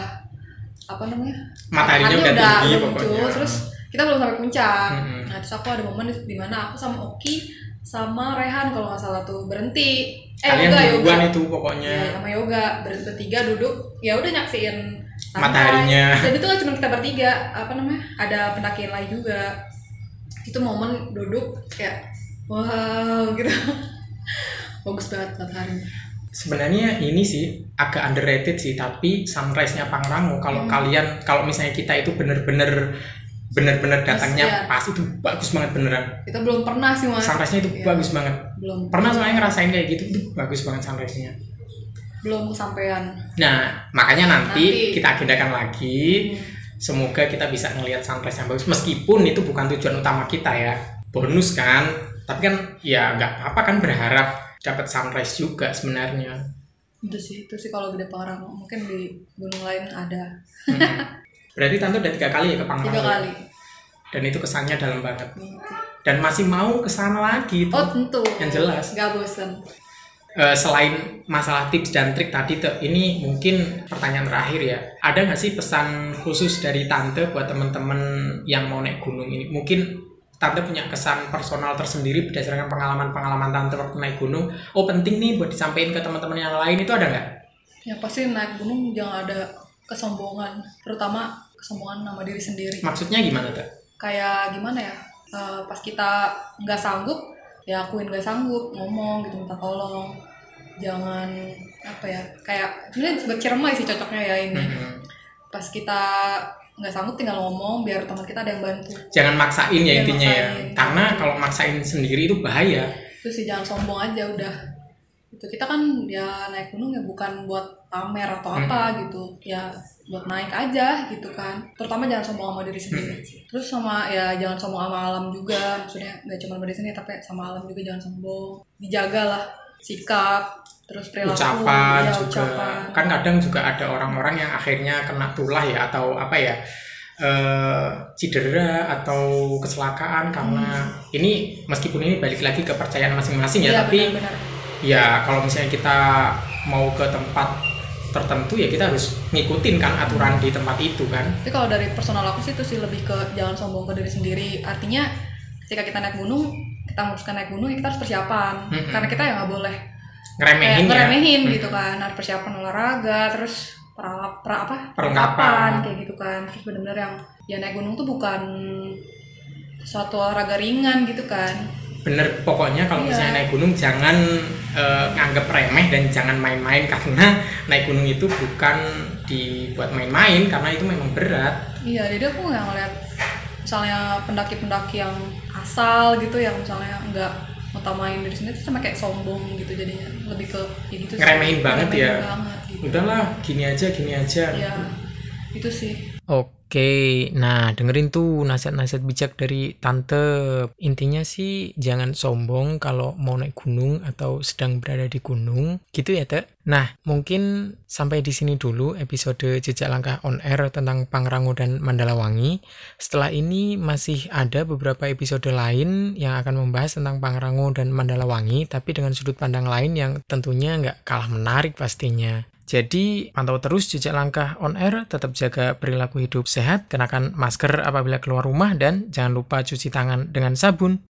mataharinya udah tinggi pokoknya. Terus kita belum sampai puncak. Nah terus aku ada momen di mana aku sama Oki sama Rehan kalau nggak salah tuh berhenti. Kalian yoga itu pokoknya. Ya, sama yoga bertiga duduk. Ya udah nyaksiin mataharinya. Jadi itu gak cuma kita bertiga, ada pendakian lain juga. Itu momen duduk kayak wow gitu. Bagus banget matahari. Sebenarnya ini sih agak underrated sih, tapi sunrise-nya Pangrango kalau misalnya kita itu bener-bener bener-bener datangnya pas, itu bagus banget beneran. Kita belum pernah sih Mas. Sunrise-nya itu bagus banget. Belum pernah soalnya ngerasain kayak gitu, itu bagus banget sunrise-nya. Belum kesampaian. Nah, makanya nanti kita agendakan lagi. Semoga kita bisa ngelihat sunrise yang bagus, meskipun itu bukan tujuan utama kita ya, bonus kan. Tapi kan ya nggak apa-apa kan, berharap dapat sunrise juga sebenarnya. Itu sih kalau Gede Pangrango, mungkin di gunung lain ada. Berarti Tante udah 3 kali ya ke Pangrango? 3 kali. Dan itu kesannya dalam banget. Dan masih mau kesana lagi tuh. Oh tentu. Yang jelas. Gak bosan. Selain masalah tips dan trik tadi tuh, ini mungkin pertanyaan terakhir ya. Ada nggak sih pesan khusus dari Tante buat teman-teman yang mau naik gunung ini? Mungkin Tante punya kesan personal tersendiri berdasarkan pengalaman-pengalaman Tante waktu naik gunung. Oh penting nih buat disampaikan ke teman-teman yang lain, itu ada nggak? Ya pasti naik gunung jangan ada kesombongan, terutama kesombongan sama diri sendiri. Maksudnya gimana tuh? Kayak gimana ya? Pas kita nggak sanggup, ya akuin nggak sanggup, ngomong gitu, minta tolong. Jangan apa ya? Kayak sebenarnya buat Ciremai sih cocoknya ya ini. Pas kita nggak sanggup tinggal ngomong biar teman kita ada yang bantu. Jangan maksain ya intinya ya. Karena kalau maksain sendiri itu bahaya. Itu sih jangan sombong aja udah. Itu kita kan ya naik gunung ya bukan buat pamer atau apa gitu. Ya buat naik aja gitu kan. Terutama jangan sombong sama diri sendiri. Terus sama ya jangan sombong sama alam juga. Maksudnya nggak cuma sama diri sendiri tapi sama alam juga jangan sombong. Dijagalah sikap, terus perilaku, ucapan juga. Kan kadang juga ada orang-orang yang akhirnya kena tulah ya, atau apa ya, cedera atau kecelakaan karena ini, meskipun ini balik lagi ke kepercayaan masing-masing ya, tapi benar. Ya kalau misalnya kita mau ke tempat tertentu ya kita harus ngikutin kan aturan di tempat itu kan. Tapi kalau dari personal aku sih itu sih lebih ke jangan sombong ke diri sendiri. Artinya ketika kita naik gunung, kita memutuskan naik gunung ya kita harus persiapan. Karena kita ya nggak boleh ngeremehin gitu kan. Harus persiapan olahraga, terus perlengkapan kayak gitu kan. Terus benar-benar yang ya naik gunung tuh bukan suatu olahraga ringan gitu kan. Bener, pokoknya kalau misalnya naik gunung jangan nganggep remeh dan jangan main-main, karena naik gunung itu bukan dibuat main-main, karena itu memang berat. Iya, jadi aku nggak ngeliat misalnya pendaki-pendaki yang asal gitu, yang misalnya nggak utamain diri sendiri, itu sama kayak sombong gitu, jadinya lebih ke ya gitu ngeremehin banget ya. Gitu. Udahlah, gini aja. Iya, itu sih. Oke, nah dengerin tuh nasihat-nasihat bijak dari Tante. Intinya sih jangan sombong kalau mau naik gunung atau sedang berada di gunung, gitu ya Teh. Nah, mungkin sampai di sini dulu episode Jejak Langkah on Air tentang Pangrango dan Mandalawangi. Setelah ini masih ada beberapa episode lain yang akan membahas tentang Pangrango dan Mandalawangi, tapi dengan sudut pandang lain yang tentunya nggak kalah menarik pastinya. Jadi, pantau terus Jejak Langkah on Air, tetap jaga perilaku hidup sehat, kenakan masker apabila keluar rumah, dan jangan lupa cuci tangan dengan sabun.